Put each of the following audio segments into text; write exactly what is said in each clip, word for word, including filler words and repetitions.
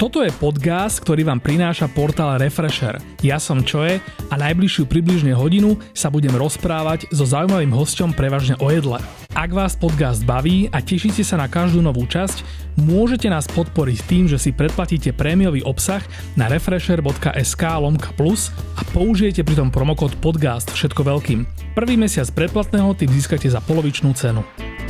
Toto je podcast, ktorý vám prináša portál Refresher. Ja som Čoe a najbližšiu približne hodinu sa budem rozprávať so zaujímavým hosťom prevažne o jedle. Ak vás podcast baví a tešíte sa na každú novú časť, môžete nás podporiť tým, že si predplatíte prémiový obsah na refresher.sk lomka plus a použijete pritom promokód podcast všetko veľkým. Prvý mesiac predplatného tým získate za polovičnú cenu.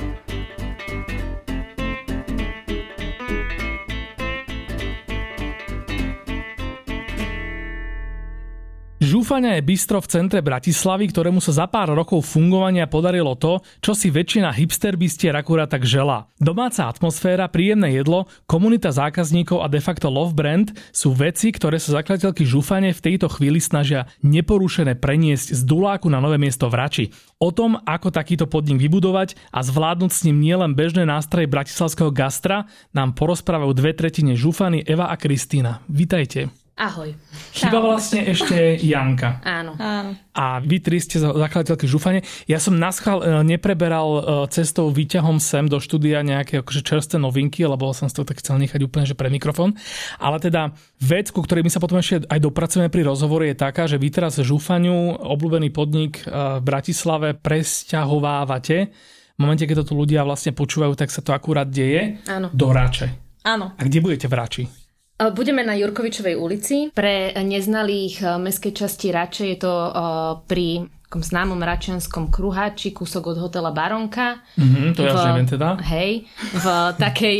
Žúfania je bistro v centre Bratislavy, ktorému sa za pár rokov fungovania podarilo to, čo si väčšina hipsterbistier akurát tak želá. Domáca atmosféra, príjemné jedlo, komunita zákazníkov a de facto love brand sú veci, ktoré sa zakladateľky Žúfane v tejto chvíli snažia neporušené preniesť z Duláku na nové miesto v Rači. O tom, ako takýto podnik vybudovať a zvládnuť s ním nielen bežné nástroje bratislavského gastra, nám porozprávajú dve tretine Žúfany Eva a Kristína. Vítajte. Ahoj. Chýba vlastne ešte Janka. Áno. Áno. A vy tri ste zakladateľky Žúfane. Ja som naschvál nepreberal cestou výťahom sem do štúdia nejaké akože čerstvé novinky, lebo som si to tak chcel nechať úplne že pre mikrofón. Ale teda vec, ku ktorej my sa potom ešte aj dopracujeme pri rozhovore, je taká, že vy teraz Žúfaniu, obľúbený podnik v Bratislave, presťahovávate. V momente, keď to tu ľudia vlastne počúvajú, tak sa to akurát deje. Áno. Do Rače. Áno. A kde budete v Rači? Budeme na Jurkovičovej ulici. Pre neznalých mestskej časti Rače je to pri takom známom račianskom kruháči, kúsok od hotela Baronka. Mm-hmm, to ja už neviem teda. Hej, v takej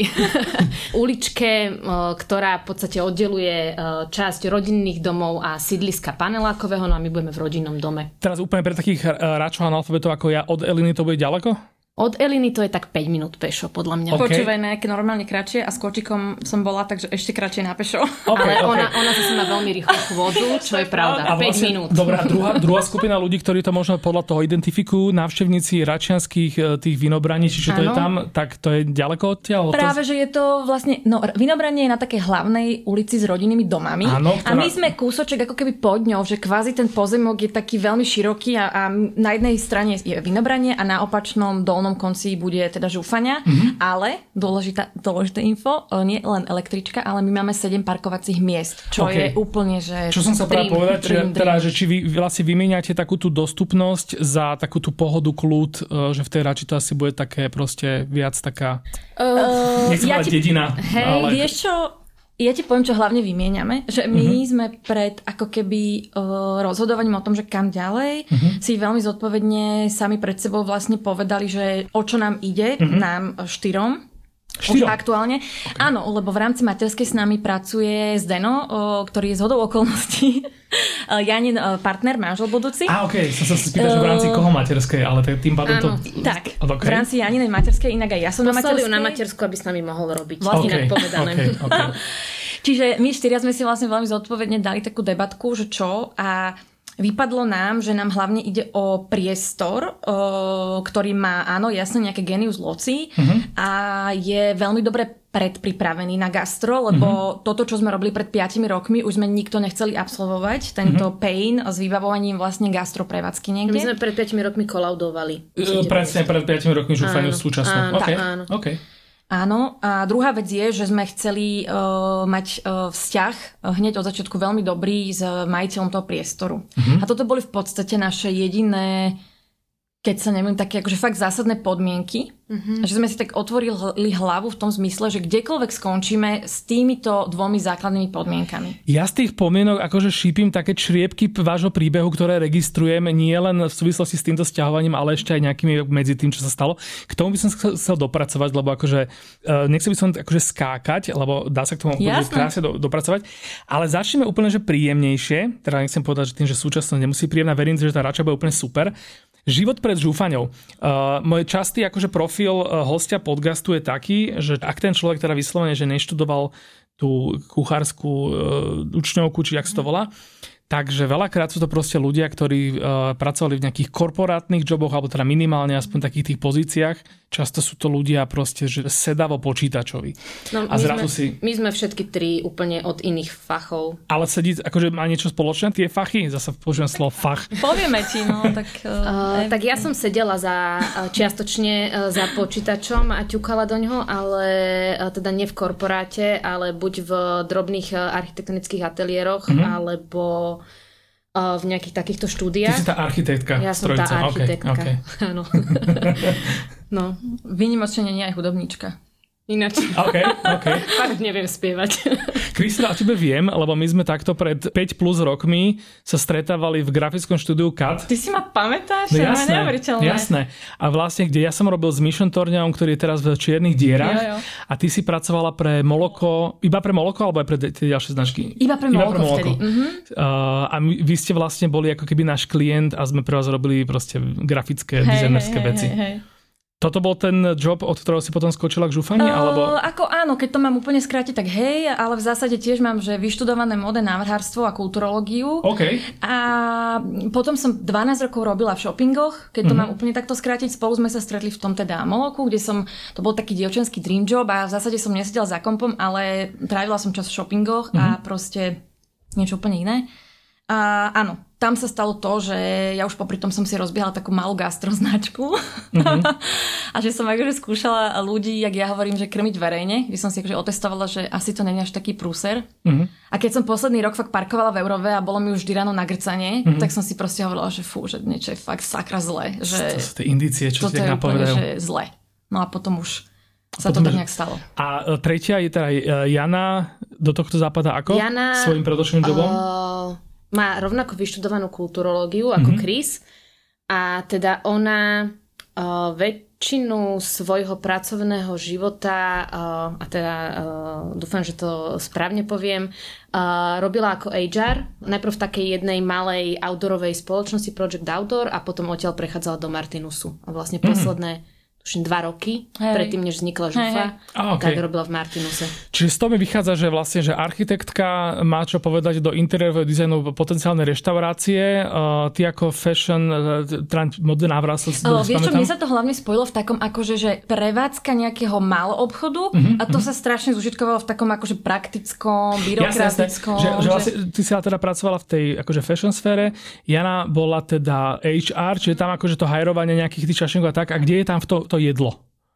uličke, ktorá v podstate oddeluje časť rodinných domov a sídliska panelákového, no a my budeme v rodinnom dome. Teraz úplne pre takých račov analfabetov ako ja, od Eliny to bude ďaleko? Od Eliny to je tak päť minút pešo, podľa mňa. Okay. Počúvaj, nejaké normálne kratšie a s kočikom som bola, takže ešte kratšie na pešo. Okay, ale okay. ona, ona zase má veľmi rýchlu chôdzu, čo je pravda. päť vlastne, minút. Dobrá, druhá, druhá skupina ľudí, ktorí to možno podľa toho identifikujú, návštevníci račianskych tých vinobraní, či čo to je tam, tak to je ďaleko odtiaľ? Práve, že je to vlastne, no vinobranie je na takej hlavnej ulici s rodinnými domami. Áno, ktorá... A my sme kúsoček ako keby pod ňou, že kvázi ten pozemok je taký veľmi široký a, a na jednej strane je vinobranie a na opačnom dolnom konci bude teda Žúfania, mm-hmm. ale dôležitá, dôležité info, nie len električka, ale my máme sedem parkovacích miest, čo okay. je úplne, že... Čo som sa práve povedať, dream, že, teda, že či vy vlastne vymieňate takú tú dostupnosť za takú tú pohodu, kľud, že v tej Rači to asi bude také proste viac taká... Uh, nechcem ja ti... dedina. Hej, ale... vieš čo... Ja ti poviem, čo hlavne vymieňame, že my uh-huh. sme pred ako keby uh, rozhodovaním o tom, že kam ďalej, uh-huh. si veľmi zodpovedne sami pred sebou vlastne povedali, že o čo nám ide, uh-huh. nám štyrom. Už aktuálne. Okay. Áno, lebo v rámci materskej s nami pracuje Zdeno, ktorý je zhodou okolností Janin partner, manžel budúci. Á, okej, okay. som sa spýtal, že v rámci koho materskej, ale tým pádom to... Tak, okay. v rámci Janinej materskej, inak aj ja som na materskej. na matersku, aby s nami mohol robiť. Vlastne okay. inak povedané. Okay, okay. Čiže my štyria sme si vlastne veľmi zodpovedne dali takú debatku, že čo a... Vypadlo nám, že nám hlavne ide o priestor, o, ktorý má, áno, jasne nejaké genius loci uh-huh. a je veľmi dobre predpripravený na gastro, lebo uh-huh. toto, čo sme robili pred piatimi rokmi, už sme nikto nechceli absolvovať, tento uh-huh. pain s vybavovaním vlastne gastroprevádzky niekde. My sme pred piatimi rokmi kolaudovali. Presne, pred piatimi rokmi Žúfaniu súčasnú. Áno, okay. áno. Okay. Áno, a druhá vec je, že sme chceli uh, mať uh, vzťah uh, hneď od začiatku veľmi dobrý s majiteľom toho priestoru. Uh-huh. A toto boli v podstate naše jediné, keď sa neviem, také akože fakt zásadné podmienky. Uh-huh. Že sme si tak otvorili hlavu v tom zmysle, že kdekoľvek skončíme s týmito dvomi základnými podmienkami. Ja z tých pomienok akože šípim také čriepky vášho príbehu, ktoré registrujem nie len v súvislosti s týmto sťahovaním, ale ešte aj nejakými medzi tým, čo sa stalo. K tomu by som chcel dopracovať, lebo akože nechcel by som akože skákať, lebo dá sa k tomu krásne do, dopracovať. Ale začneme úplne že príjemnejšie. Teda nechcem povedať, že tým, že súčasnosť nemusí príjemná, verím, že tá Rača bude úplne super. Život pred Žúfaňou. Uh, môj častý akože profil uh, hostia podcastu je taký, že ak ten človek teda vyslovene, že neštudoval tú kuchárskú uh, učňovku, či jak sa to volá, Takže veľakrát sú to proste ľudia, ktorí uh, pracovali v nejakých korporátnych joboch, alebo teda minimálne aspoň takých tých pozíciách. Často sú to ľudia proste že sedavo počítačovi. No, a my, zrazu sme, si... my sme všetky tri úplne od iných fachov. Ale sedí, akože má niečo spoločné tie fachy? Zasa použijem slovo fach. Povieme ti, no. Tak, uh, tak ja som sedela za, čiastočne za počítačom a ťukala do ňoho, ale teda nie v korporáte, ale buď v drobných architektonických ateliéroch, mm-hmm. alebo v nejakých takýchto štúdiách. Ty si tá architektka. Ja som tá architektka. Okay, okay. Áno. No. Výnimočne nie aj hudobníčka. Ináč. OK, OK. Fakt neviem spievať. Kristina, o tebe viem, lebo my sme takto pred päť plus rokmi sa stretávali v grafickom štúdiu ká té. Ty si ma pamätáš? No jasné, neuveriteľné. jasné. A vlastne, kde ja som robil s Mission Torňom, ktorý je teraz v Čiernych dierach. Jo, jo. A ty si pracovala pre Moloko, iba pre Moloko, alebo aj pre tie ďalšie značky? Iba pre Moloko, iba pre Moloko. Vtedy. Mm-hmm. Uh, a my, vy ste vlastne boli ako keby náš klient a sme pre vás robili proste grafické, hej, dizajnerské hej, veci. Hej, hej. Toto bol ten job, od ktorého si potom skočila k žúfani? Uh, alebo... Ako áno, keď to mám úplne skrátiť, tak hej, ale v zásade tiež mám, že vyštudované módne návrhárstvo a kulturológiu. Okay. A potom som dvanásť rokov robila v shoppingoch, keď to mm-hmm. mám úplne takto skrátiť. Spolu sme sa stretli v tom teda Moloku, kde som, to bol taký dievčenský dream job a v zásade som nesedela za kompom, ale trávila som čas v shoppingoch mm-hmm. a proste niečo úplne iné. A áno, tam sa stalo to, že ja už popri tom som si rozbiehala takú malú gastroznačku mm-hmm. a že som akože skúšala ľudí, jak ja hovorím, že krmiť verejne, kde som si akože otestovala, že asi to není až taký prúser. Mm-hmm. A keď som posledný rok fakt parkovala v Eurove a bolo mi už vždy ráno na grcanie, mm-hmm. tak som si proste hovorila, že fú, že niečo je fakt sakra zle. Že to sú tie indície, čo si tak napovedajú. Toto je úplne, že zle. No a potom už sa potom to tak nejak stalo. A tretia je teda Jana, do tohto zapadá ako? Jana, svojím predošlým jobom? Uh... má rovnako vyštudovanú kulturológiu ako mm-hmm. Chris a teda ona uh, väčšinu svojho pracovného života uh, a teda uh, dúfam, že to správne poviem, uh, robila ako há er, najprv v takej jednej malej outdoorovej spoločnosti Project Outdoor a potom odtiaľ prechádzala do Martinusu a vlastne mm-hmm. posledné tuším dva roky, hej. predtým, než vznikla žufa, ah, okay. tak robila v Martinuse. Čiže z toho mi vychádza, že vlastne, že architektka má čo povedať do interiérového dizajnu potenciálnej reštaurácie. Uh, ty ako fashion, uh, modné návratstvo. Uh, vieš čo, mne sa to hlavne spojilo v takom akože, že prevádzka nejakého maloobchodu uh-huh, a to uh-huh. sa strašne zužitkovalo v takom akože praktickom, byrokratickom. Jasne, že, že že... vlastne, ty si teda pracovala v tej akože fashion sfére, Jana bola teda há er, čiže tam akože to hajrovanie nejakých tých čašníkov a tak, a kde je tam v to to jedlo?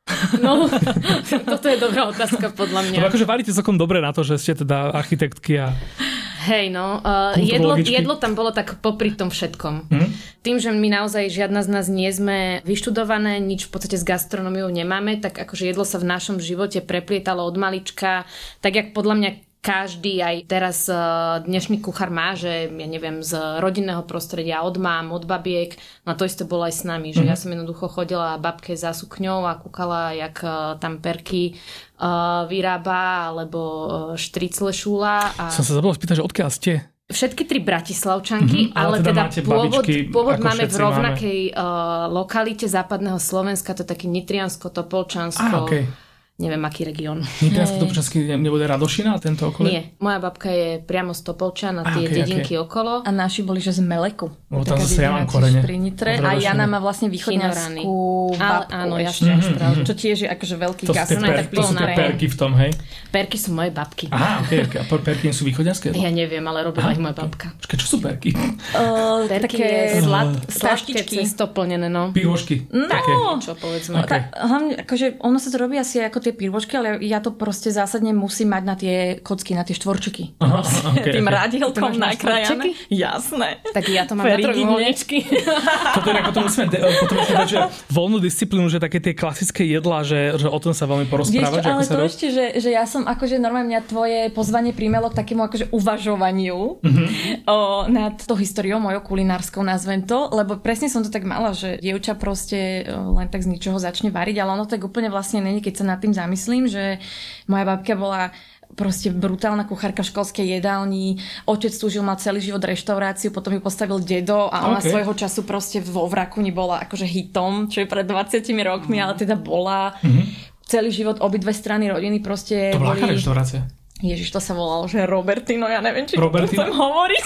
No, toto je dobrá otázka podľa mňa. To akože varíte celkom dobre na to, že ste teda architektky a... Hej, no, uh, jedlo, jedlo tam bolo tak popri tom všetkom. Hmm? Tým, že my naozaj žiadna z nás nie sme vyštudované, nič v podstate s gastronómiou nemáme, tak akože jedlo sa v našom živote preplietalo od malička, tak jak podľa mňa každý aj teraz dnešný kuchár má, že ja neviem, z rodinného prostredia, od mám, od babiek, no to isté bolo aj s nami, že mm-hmm. ja som jednoducho chodila babke za sukňou a kúkala, jak tam perky uh, vyrába, alebo štricle šúla. A... Som sa zabudol spýtať, že odkiaľ ste? Všetky tri Bratislavčanky, mm-hmm, ale, ale teda, teda pôvod, pôvod máme v rovnakej uh, lokalite západného Slovenska, to je také Nitriansko-Topolčansko. Ah, okay. Neviem, aký región. Nitriansko-Topolčanský nebude Radošina, tento okolie? Nie. Moja babka je priamo z Topolčan a tie okay, dedinky okay. okolo. A naši boli, že z Meleku. No, tam zase ja mám korene. A Jana má vlastne východňarskú babku. Áno, jasne. Mm-hmm. Čo tiež je akože veľký gas. To, per, to sú tie perky v tom, hej? Perky sú moje babky. Aha, okej. Okay, okay. A perky sú východňarské? Ja neviem, ale robila ich moja babka. Počkaj, čo sú perky? Uh, perky je sladké cesto plnené, no. Pírôžky. No. Čo povedzme. Hlavne, akože ono sa to robí asi ako tie pírôžky, ale ja to proste zásadne musím mať na tie kocky, na tie štvorčeky. Aha, okay, tým okay. radielkom nakrájané. Jasné. Tak ja to mám na trojuholníčky. Toto je, potom musíme, potom musíme dať, že voľnú disciplínu, že také tie klasické jedlá, že, že o tom sa veľmi porozprávať. Vieš, ale ako sa to rob... ešte, že, že ja som akože normálne mňa tvoje pozvanie primelo k takému akože uvažovaniu mm-hmm. o, nad to históriou mojou kulinárskou, nazvem to, lebo presne som to tak mala, že dievča proste len tak z ničoho začne variť, ale ono tak úplne vlastne není, keď sa nad tým zamyslím, že moja babka bola proste brutálna kuchárka v školskej jedálni, otec túžil mať celý život reštauráciu, potom ju postavil dedo a ona okay. svojho času proste vo Vrakuni bola akože hitom, čo je pred dvadsiatimi rokmi, ale teda bola mm-hmm. celý život obidve strany rodiny proste to bola boli... aká reštaurácia? Ježiš, to sa volalo, že Robertino, ja neviem, či Robertino? to chcem hovoriť.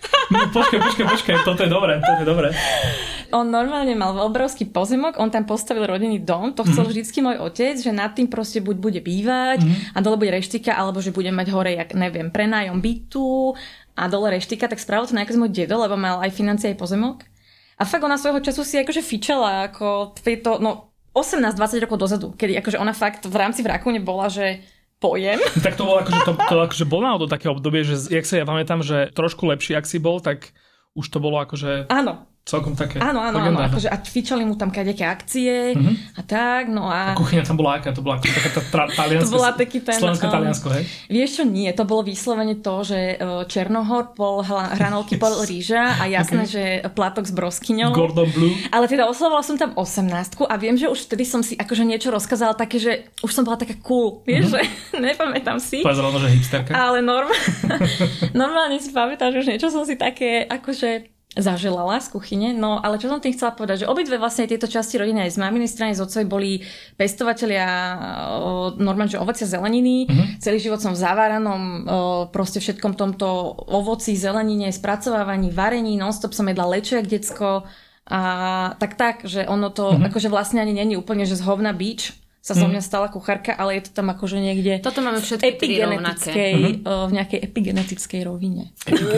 No počkaj, počkaj, počkaj, toto je dobré, toto je dobré. On normálne mal obrovský pozemok, on tam postavil rodinný dom, to chcel mm. vždycky môj otec, že nad tým proste buď bude bývať mm. a dole bude reštika, alebo že bude mať hore, jak neviem, prenájom bytu a dole reštika, tak spravil to nakaz môj dedo, lebo mal aj financie, aj pozemok. A fakt ona svojho času si akože fičala, ako tieto, no osemnásť dvadsať rokov dozadu, kedy akože ona fakt v rámci v Rakúne bola, že pojem. Tak to bolo akože, to, to akože bol náhodou také obdobie, že jak sa ja pamätám, že trošku lepší, ak si bol, tak už to bolo akože... Áno. Celkom také. Áno, áno, áno. Akože, a fičali mu tam kadejaké akcie mm-hmm. a tak, no a... A kuchyňa tam bola aká? To bola taká tá tra- talianska... To bola taký ten... Slovensko-taliansko, hej? Vieš čo, nie. To bolo vyslovene to, že Černohor, pol hranolky, pol rýža a jasné, okay. že platok s broskyňou. Gordon Blue. Ale teda oslavovala som tam osemnástku a viem, že už vtedy som si akože niečo rozkázala také, že už som bola taká cool. Vieš, mm-hmm. že nepamätám si. Povedz rovno, že hipsterka. Ale normálne, normálne si pamätám, že už niečo som si také akože zaželala z kuchyne, no ale čo som tým chcela povedať, že obidve vlastne tieto časti rodiny aj z maminy strany, z otcovej boli pestovatelia normálne, že ovocia, zeleniny. Mm-hmm. Celý život som v zaváranom proste všetkom tomto ovoci, zelenine, spracovávaní, varení, non-stop som jedla leče jak decko a tak tak, že ono to mm-hmm. akože vlastne ani není úplne, že z hovna bič sa zo mňa stala kuchárka, ale je to tam akože niekde toto máme všetky epigenetickej, v nejakej epigenetickej rovine.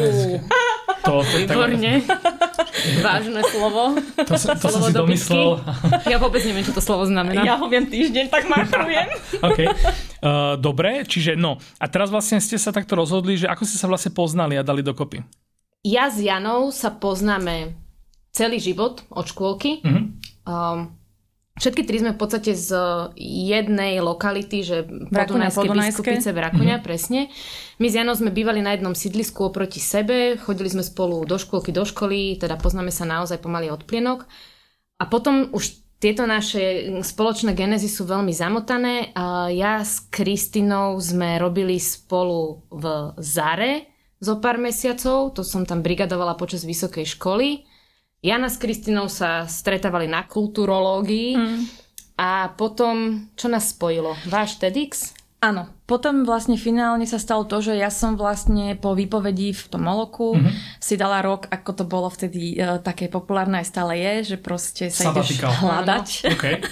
To, to, Výborne. Vážne slovo. To, to slovo som si domyslel. Ja vôbec neviem, čo to slovo znamená. Ja ho viem týždeň, tak machrujem. Okay. Uh, dobre, čiže no. A teraz vlastne ste sa takto rozhodli, že ako ste sa vlastne poznali a dali dokopy? Ja s Janou sa poznáme celý život od škôlky. Uh-huh. Um, Všetky tri sme v podstate z jednej lokality, že Podunajské Biskupice v Rakuňa, mm-hmm. presne. My s Janou sme bývali na jednom sídlisku oproti sebe, chodili sme spolu do škôlky, do školy, teda poznáme sa naozaj pomaly od plienok. A potom už tieto naše spoločné genézy sú veľmi zamotané. Ja s Kristinou sme robili spolu v Zare zo pár mesiacov, to som tam brigadovala počas vysokej školy. Jana s Kristinou sa stretávali na kulturológii mm. a potom, čo nás spojilo? Váš TEDx? Áno. Potom vlastne finálne sa stalo to, že ja som vlastne po výpovedi v tom Moloku mm-hmm. si dala rok, ako to bolo vtedy e, také populárne aj stále je, že proste sa ideš hľadať. Okay.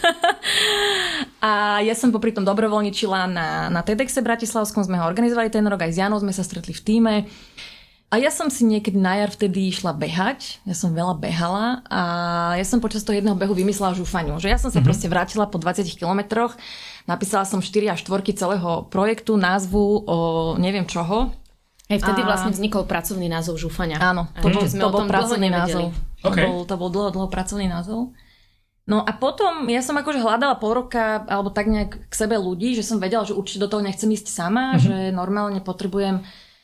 A ja som popri tom dobrovoľničila na, na TEDxe Bratislavskom, sme ho organizovali ten rok, aj s Janou sme sa stretli v tíme. A ja som si niekedy na jar vtedy išla behať, ja som veľa behala a ja som počas toho jedného behu vymyslela žúfaňu, že ja som sa mm-hmm. proste vrátila po dvadsiatich kilometroch, napísala som štyri a štvorky celého projektu, názvu, o neviem čoho. Hej, vtedy a... vlastne vznikol pracovný názov žúfania. Áno, to, bol, to bol pracovný názov. Okay. To, bol, to bol dlho, dlho pracovný názov. No a potom ja som akože hľadala pol roka alebo tak nejak k sebe ľudí, že som vedela, že určite do toho nechcem ísť sama, mm-hmm. že normálne potrebujem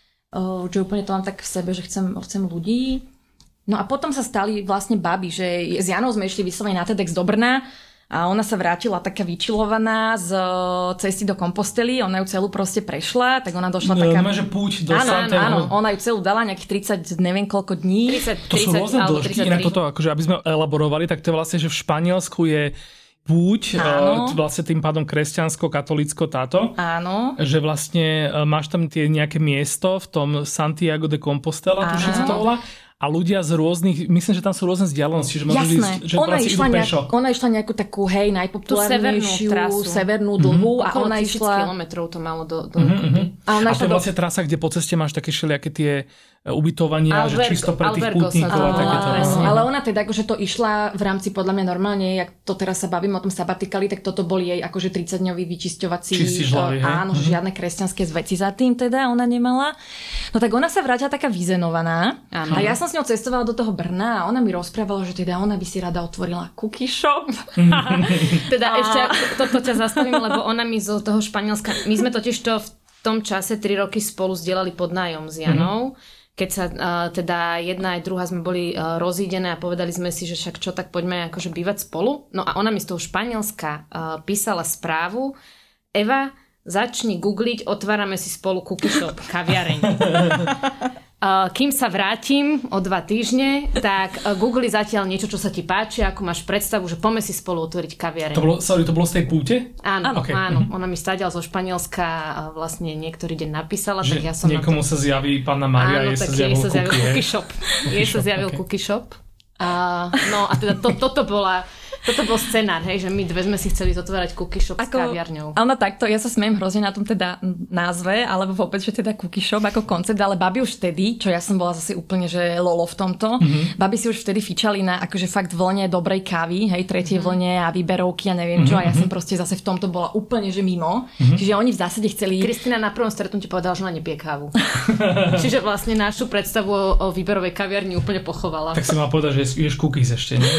že úplne to mám tak v sebe, že chcem, chcem ľudí. No a potom sa stali vlastne baby, že s Janou sme išli vyslovene na TEDx do Brna a ona sa vrátila taká vyčilovaná z cesty do Kompostely, ona ju celú proste prešla, tak ona došla taká... No, že púť do áno, Santiago. Áno, ona ju celú dala nejakých tridsať, neviem koľko dní. tridsať, to sú rôzne dĺžky, inak toto, akože aby sme elaborovali, tak to je vlastne, že v Španielsku je púť, uh, vlastne tým pádom kresťansko-katolicko táto. Áno. Že vlastne uh, máš tam tie nejaké miesto v tom Santiago de Compostela, tuším sa to volá. A ľudia z rôznych, myslím, že tam sú rôzne vzdialenosti, že môžeš ísť, že ona idú nejak, pešo. Ona išla nejakú takú, hej, najpopulárnejšiu severnú, severnú dlhú mm-hmm. a okolo ona tisíc išla... kilometrov to malo do... do mm-hmm. A, a to je do... vlastne trasa, kde po ceste máš také všelijaké tie ubytovania, Albergo, že čisto pre tých Albergo pútnikov a takéto. Ale ona teda akože to išla v rámci podľa mňa normálne, jak to teraz sa bavím o tom sabatikali, tak toto boli jej akože tridsaťdňový vyčisťovací. Čistíš hlavy, hej. Áno, mm-hmm. žiadne kresťanské zveci za tým teda ona nemala. No tak ona sa vrátila taká vyzenovaná. Áno. A ja som s ňou cestovala do toho Brna a ona mi rozprávala, že teda ona by si rada otvorila cookie shop. Teda a... ešte toto ťa zastavím, lebo ona mi z toho Španielska, my sme totiž to v tom čase tri roky spolu zdieľali podnájom s Janou. Mm-hmm. Keď sa uh, teda jedna aj druhá sme boli uh, rozídené a povedali sme si, že však čo, tak poďme akože bývať spolu. No a ona mi z toho Španielska uh, písala správu: Eva, začni googliť, otvárame si spolu cookie shop, kaviareň. Kým sa vrátim o dva týždne, tak Google zatiaľ niečo, čo sa ti páči, ako máš predstavu, že poďme si spolu otvoriť kaviareň. To bolo, sorry, to bolo z tej púte? Áno, okay. áno. Ona mi stadiaľ zo Španielska vlastne niektorý deň napísala, že tak ja som niekomu to... sa zjaví Panna Mária, jej sa zjavil, sa zjavil cookie, cookie shop. Jej sa zjavil okay. cookie shop. A, no a teda to, toto bola... Toto bol scenár, hej, že my dve sme si chceli zotvárať cookie shop ako, s kaviarňou. Áno, takto, ja sa smiem hrozne na tom teda názve, alebo vôbec, že teda cookie shop ako koncept, ale babi už vtedy, čo ja som bola zase úplne, že lolo v tomto, mm-hmm. babi si už vtedy fičali na akože fakt vlne dobrej kávy, hej, tretej mm-hmm. vlne a výberovky a neviem čo, mm-hmm. a ja som proste zase v tomto bola úplne, že mimo. Mm-hmm. Čiže oni v zásade chceli... Kristina na prvom stretnutí povedala, že ona nepije kávu. Čiže vlastne našu predstavu o, o výberovej kaviarni úplne pochovala. Tak si mal povedať, že ješ cookies ešte, nie?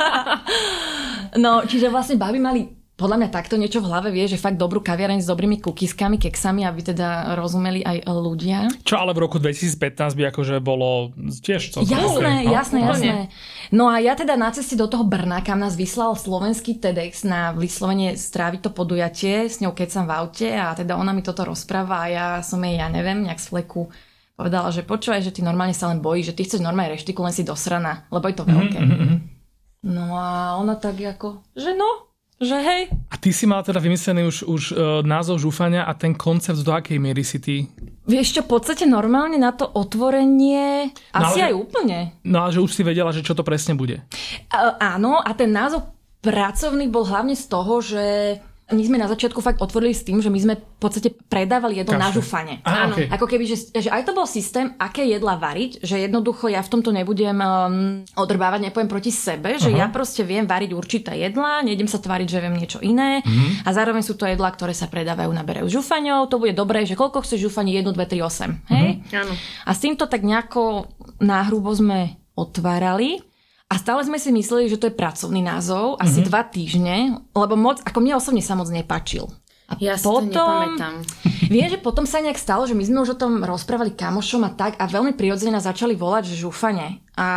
No, čiže vlastne babi mali podľa mňa takto niečo v hlave, vie, že fakt dobrú kaviareň s dobrými cookieskami, keksami, aby teda rozumeli aj ľudia. Čo ale v roku dvetisícpätnásť by akože bolo tiež celkom jasné, okay. jasné, no? jasné. No a ja teda na ceste do toho Brna, kam nás vyslal slovenský TEDx na vyslovene stráviť to podujatie, s ňou kecam v aute a teda ona mi toto rozpráva a ja som jej, ja neviem, nejak z fleku povedala, že počúvaj, že ty normálne sa len bojíš, že ty chceš normálne reštiku, len si dosraná, lebo je to veľké. Mm-hmm. No a ona tak ako, že no, že hej. A ty si mala teda vymyslený už, už uh, názov žúfania a ten koncept do akej miery si ty? Vieš čo, v podstate normálne na to otvorenie no, asi ale, aj úplne. No ale že už si vedela, že čo to presne bude. Uh, áno, a ten názov pracovný bol hlavne z toho, že my sme na začiatku fakt otvorili s tým, že my sme v podstate predávali jedlo na žúfanie. Áno. Okay. Ako keby, že, že aj to bol systém, aké jedla variť, že jednoducho ja v tomto nebudem um, odrbávať, nepoviem proti sebe, že uh-huh. ja proste viem variť určité jedlá, nejdem sa tváriť, že viem niečo iné uh-huh. a zároveň sú to jedlá, ktoré sa predávajú na berehu žúfaňou, to bude dobré, že koľko chceš žúfaní, jedno, dve, tri, osem. Hej? Uh-huh. Áno. A s týmto tak nejako náhrubo sme otvárali. A stále sme si mysleli, že to je pracovný názov, asi mm-hmm. dva týždne, lebo moc, ako mne osobne sa moc nepáčil. A ja si potom, to nepamätám. Viem, že potom sa nejak stalo, že my sme už o tom rozprávali kamošom a tak a veľmi prirodzene nás začali volať, že žúfanie.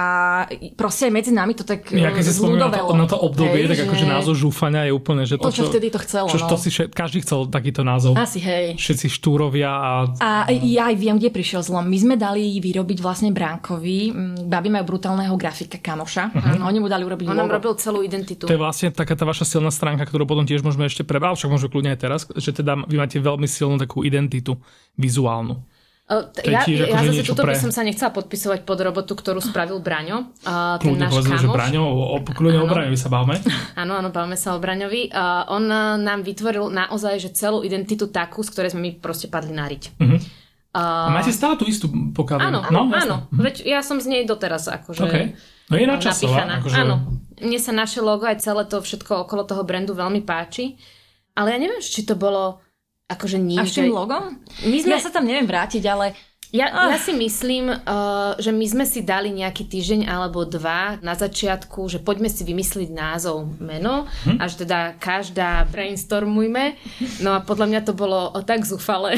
A proste aj medzi nami to tak ja, keď si spomínam na to, na to obdobie, hej, tak že... akože názov žúfania je úplne, že to, čo, čo vtedy to chcelo. Čo, no. to si všet, každý chcel takýto názov. Asi, hej. Všetci štúrovia a... A ja aj viem, kde prišiel zlom. My sme dali vyrobiť vlastne Bránkovi. Babi majú brutálneho grafika kamoša. Uh-huh. No, oni mu dali urobiť On logo. nám robil celú identitu. To je vlastne taká tá vaša silná stránka, ktorú potom tiež môžeme ešte prebrať, však môžeme kľudne aj teraz, že teda vy máte veľmi silnú takú identitu vizuálnu. Uh, ja ja, ja zase tuto pre... by som sa nechcela podpisovať pod robotu, ktorú spravil Braňo. Uh, ten náš povedzme, kamoš. Že Braňo, o, kľudne o Braňovi sa bavme. Áno, áno, bavme sa o Braňovi. Uh, on uh, nám vytvoril naozaj že celú identitu takú, z ktorej sme my proste padli nariť. Uh-huh. Uh, A máte stále tú istú pokiaľ? Áno, áno, no, áno. Veď ja som z nej doteraz akože okay. No je načasová. Akože... Áno. Mne sa naše logo aj celé to všetko okolo toho brandu veľmi páči. Ale ja neviem, či to bolo akože nie, až tým logom? My sme... Ja sa tam neviem vrátiť, ale... Ja, ja si myslím, uh, že my sme si dali nejaký týždeň alebo dva na začiatku, že poďme si vymysliť názov, meno, hm? až teda každá brainstormujme. No a podľa mňa to bolo tak zúfale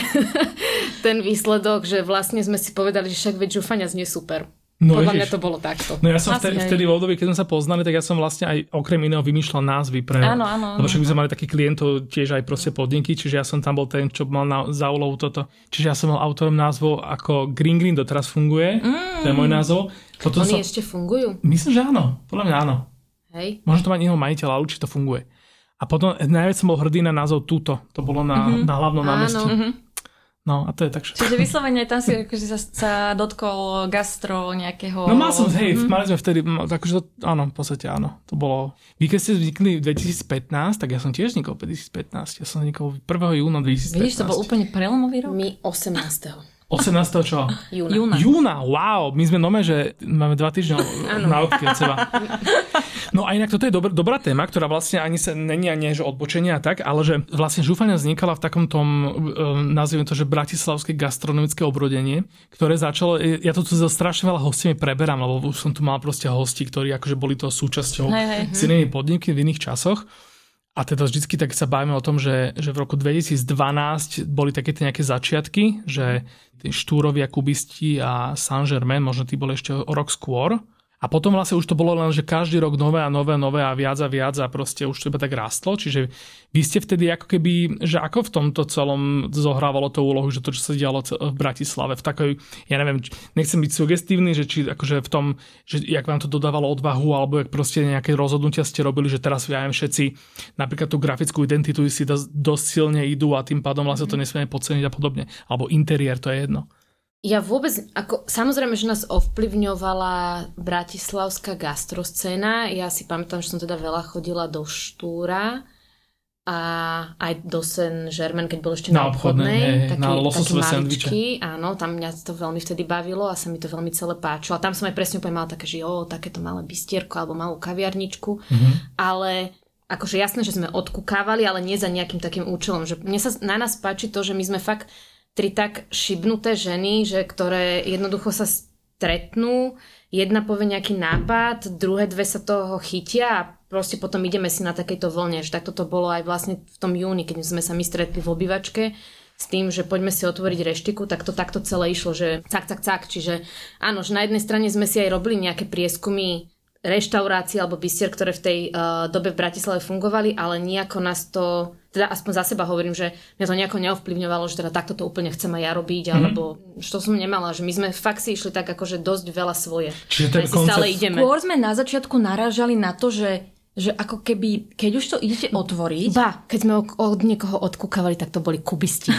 ten výsledok, že vlastne sme si povedali, že však veď žúfania znie super. No, podľa vidíš, mňa to bolo takto. No ja som vtedy, vtedy v období, keď sme sa poznali, tak ja som vlastne aj okrem iného vymýšľal názvy pre... Áno, áno. Lebo však my sme mali takých klientov tiež aj proste podniky, čiže ja som tam bol ten, čo mal na, za úlohu toto. Čiže ja som mal autorom názvov ako Green Green doteraz funguje. Mm. To je môj názov. Potom Oni som... ešte fungujú? Myslím, že áno. Podľa mňa áno. Hej. Možno to mať iného majiteľa, ale určite to funguje. A potom najviac som bol hrdý na názov Tuto. To bolo na, mm-hmm. na hlavnom námestí. Mm-hmm. No a to je tak všetko. Čiže vyslovene tam si akože sa, sa dotkol gastro nejakého... No mal som, hej, mm. mali sme vtedy, akože to, áno, v podstate áno, to bolo... Vy keď ste vznikli v dvetisícpätnásť, tak ja som tiež vznikol v dvetisícpätnásť, ja som vznikol prvého júna dvetisícpätnásť. Vidíš, to bol úplne prelomový rok? My osemnásteho osemnásteho čo? Júna. Júna. Júna, wow, my sme nome, že máme dva týždne na odky od seba. No a inak toto je dobrá, dobrá téma, ktorá vlastne ani sa není ani že odbočenie a tak, ale že vlastne žúfania vznikala v takom tom, nazvime to, že bratislavské gastronomické obrodenie, ktoré začalo, ja to tu za strašne veľa hostí preberám, lebo už som tu mal proste hosti, ktorí akože boli to súčasťou hej, hej. s inými podniky v iných časoch. A teda vždycky tak sa bavíme o tom, že, že v roku dvetisícdvanásť boli také nejaké začiatky, že tí Štúrovia, Kubisti a Saint-Germain, možno tí boli ešte o rok skôr. A potom vlastne už to bolo len, že každý rok nové a nové, nové a viac a viac a proste už to iba tak rastlo. Čiže vy ste vtedy ako keby, že ako v tomto celom zohrávalo to úlohu, že to, čo sa dialo v Bratislave, v takej, ja neviem, nechcem byť sugestívny, že či akože v tom, že jak vám to dodávalo odvahu, alebo jak proste nejaké rozhodnutia ste robili, že teraz ja neviem, všetci napríklad tú grafickú identitu si dosť silne idú a tým pádom vlastne to nesmieme podceniť a podobne. Alebo interiér, to je jedno. Ja vôbec, ako, samozrejme, že nás ovplyvňovala bratislavská gastroscéna. Ja si pamätám, že som teda veľa chodila do Štúra a aj do Saint-Germain, keď bol ešte na, na obchodnej. Hej, taký, na lososové sendviče. Áno, tam mňa to veľmi vtedy bavilo a sa mi to veľmi celé páčilo. A tam som aj presne úplne mala také, že jo, takéto malé bistierko alebo malú kaviarničku. Mm-hmm. Ale akože jasné, že sme odkúkávali, ale nie za nejakým takým účelom. Že mne sa na nás páči to, že my sme fakt tri tak šibnuté ženy, že ktoré jednoducho sa stretnú, jedna povie nejaký nápad, druhé dve sa toho chytia a proste potom ideme si na takejto vlne. Že takto to bolo aj vlastne v tom júni, keď sme sa my stretli v obývačke s tým, že poďme si otvoriť reštiku, tak to takto celé išlo, že cak, cak, cak. Čiže áno, že na jednej strane sme si aj robili nejaké prieskumy reštaurácií alebo bistier, ktoré v tej uh, dobe v Bratislave fungovali, ale nejako nás to, teda aspoň za seba hovorím, že mňa to nejako neovplyvňovalo, že teda takto to úplne chcem aj ja robiť, mm-hmm. alebo že to som nemala, že my sme fakt si išli tak akože dosť veľa svoje. Čiže ten koncept... stále ideme. Skôr sme na začiatku narážali na to, že že ako keby, keď už to idete otvoriť... Ba, keď sme od niekoho odkúkavali, tak to boli kubisti.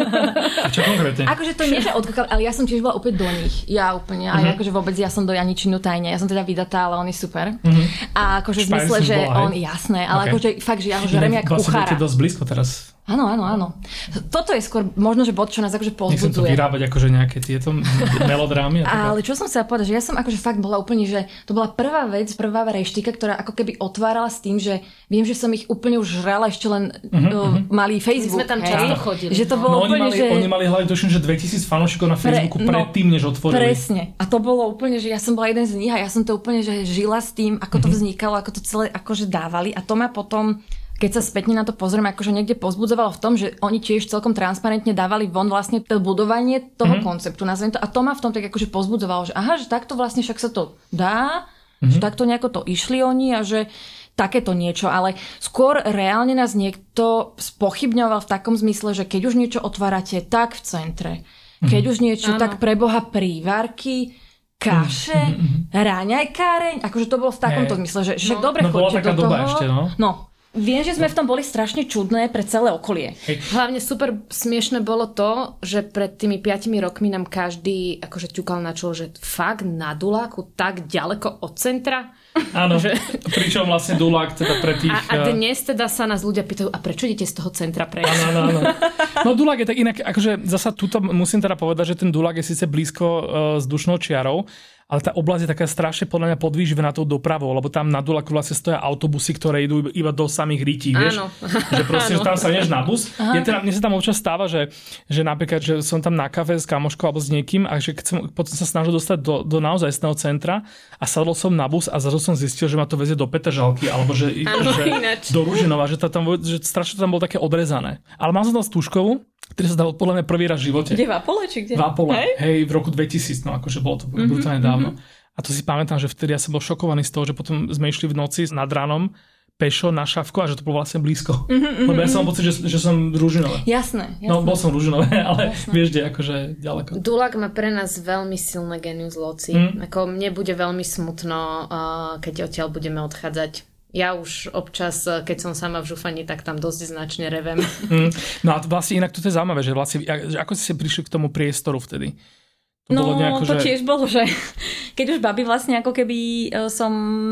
A čo konkrétne? Akože to nie, že odkúkavali, ale ja som tiež bola úplne do nich. Ja úplne. Uh-huh. A akože vôbec ja som do Janičinu tajne. Ja som teda vydatá, ale on je super. Uh-huh. A akože v zmysle, že bola, on... Jasné, ale okay. akože fakt, že ja ho žerem jak kuchára. Vlastne budete dosť blízko teraz. Áno, áno, áno. Toto je skôr možno, že bod, čo nás akože povzbudzuje. Nechcem to vyrábať akože nejaké tieto melodrámy. Ale čo som chcela povedať, že ja som akože fakt bola úplne, že to bola prvá vec, prvá reštika, ktorá ako keby otvárala s tým, že viem, že som ich úplne už žrala, ešte len uh-huh, uh, mali Facebook. My sme tam často chodili. Že to bolo no, úplne, oni mali, že... oni mali hlavne tuším, že dvetisíc fanúšikov na Facebooku Pre, no, predtým, než otvorili. Presne. A to bolo úplne, že ja som bola jeden z nich a ja som to úplne, že žila s tým, ako to uh-huh. vznikalo, ako to celé akože dávali a to ma potom... Keď sa spätne na to pozrieme, akože niekde pozbudzovalo v tom, že oni tiež celkom transparentne dávali von vlastne to budovanie toho mm-hmm. konceptu, nazvem to. A to ma v tom tak akože pozbudzovalo, že aha, že takto vlastne však sa to dá, mm-hmm. že takto nejako to išli oni a že takéto niečo. Ale skôr reálne nás niekto spochybňoval v takom zmysle, že keď už niečo otvárate, tak v centre. Keď mm-hmm. už niečo, Áno. tak pre Boha prívarky, kaše, mm-hmm. raňajkáreň. Akože to bolo v takomto hey. zmysle, že však no. dobre no, chodte do toho. Ešte, no. no. Viem, že sme v tom boli strašne čudné pre celé okolie. Hej. Hlavne super smiešné bolo to, že pred tými piatimi rokmi nám každý akože ťukal na čo, že fakt na Duláku tak ďaleko od centra. Áno, že... pričom vlastne Dulák teda pre tých... A, a dnes teda sa nás ľudia pýtajú, a prečo idete z toho centra prejsť? Áno, áno, áno. No Dulák je tak inak, akože zasa tuto musím teda povedať, že ten Dulák je síce blízko uh, s dušnou čiarou, ale tá oblasť je taká strašne podľa mňa podvýživená tou dopravou, lebo tam na Duláku vlastne stoja autobusy, ktoré idú iba do samých Rítí, vieš? Áno. Že proste, že tam sa ideš na bus. Je teda, mne sa tam občas stáva, že, že napríklad, že som tam na kafe s kamoškou alebo s niekým a že keď som potom sa snažil dostať do, do naozajstného centra a sadol som na bus a zrazu som zistil, že ma to vezie do Petržalky alebo že, áno, že do Ružinova, že, tam, že strašne tam bolo také odrezané. Ale mal som tam Stužkovú, ktorý sa dal podľa mňa prvý raz v živote. Kde v Apole, či kde? V Apole, hej? hej, v roku dvetisíc, no akože bolo to mm-hmm, brutálne dávno. Mm-hmm. A to si pamätám, že vtedy ja som bol šokovaný z toho, že potom sme išli v noci nad ránom pešo na Šavku a že to bolo vlastne blízko. Mm-hmm, Lebo ja som mal pocit, že, že som Ružinové. Jasné, jasné. No, bol som Ružinové, ale jasné. Vieš, kde akože ďaleko. Dulák má pre nás veľmi silné genius loci. Mm. Ako mne bude veľmi smutno, keď odtiaľ budeme odchádzať. Ja už občas, keď som sama v Žufani, tak tam dosť značne revem. Mm. No a vlastne inak to je zaujímavé, že vlastne, že ako ste prišli k tomu priestoru vtedy? To no, nejako, to že... tiež bolo, že keď už babi vlastne ako keby som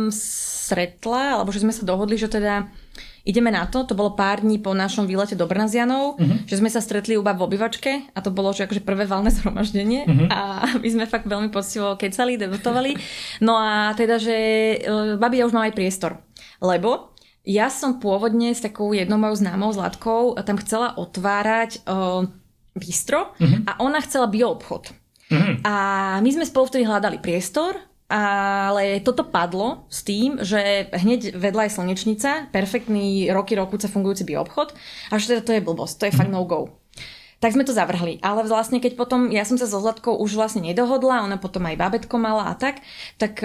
stretla, alebo že sme sa dohodli, že teda ideme na to, to bolo pár dní po našom výlete do Brnazianov, uh-huh. že sme sa stretli iba v obývačke a to bolo že akože prvé valné zhromaždenie uh-huh. a my sme fakt veľmi poctivo kecali, debatovali. No a teda, že babi, ja už mám aj priestor, lebo ja som pôvodne s takou jednou mojou známou Zlatkou tam chcela otvárať uh, bistro uh-huh. a ona chcela bioobchod. Mm. A my sme spolu vtedy hľadali priestor, ale toto padlo s tým, že hneď vedľa je Slnečnica, perfektný roky rokúca fungujúci bioobchod a že teda to je blbosť, to je fakt no go. Tak sme to zavrhli. Ale vlastne keď potom, ja som sa so Zlatkou už vlastne nedohodla, ona potom aj bábätko mala a tak, tak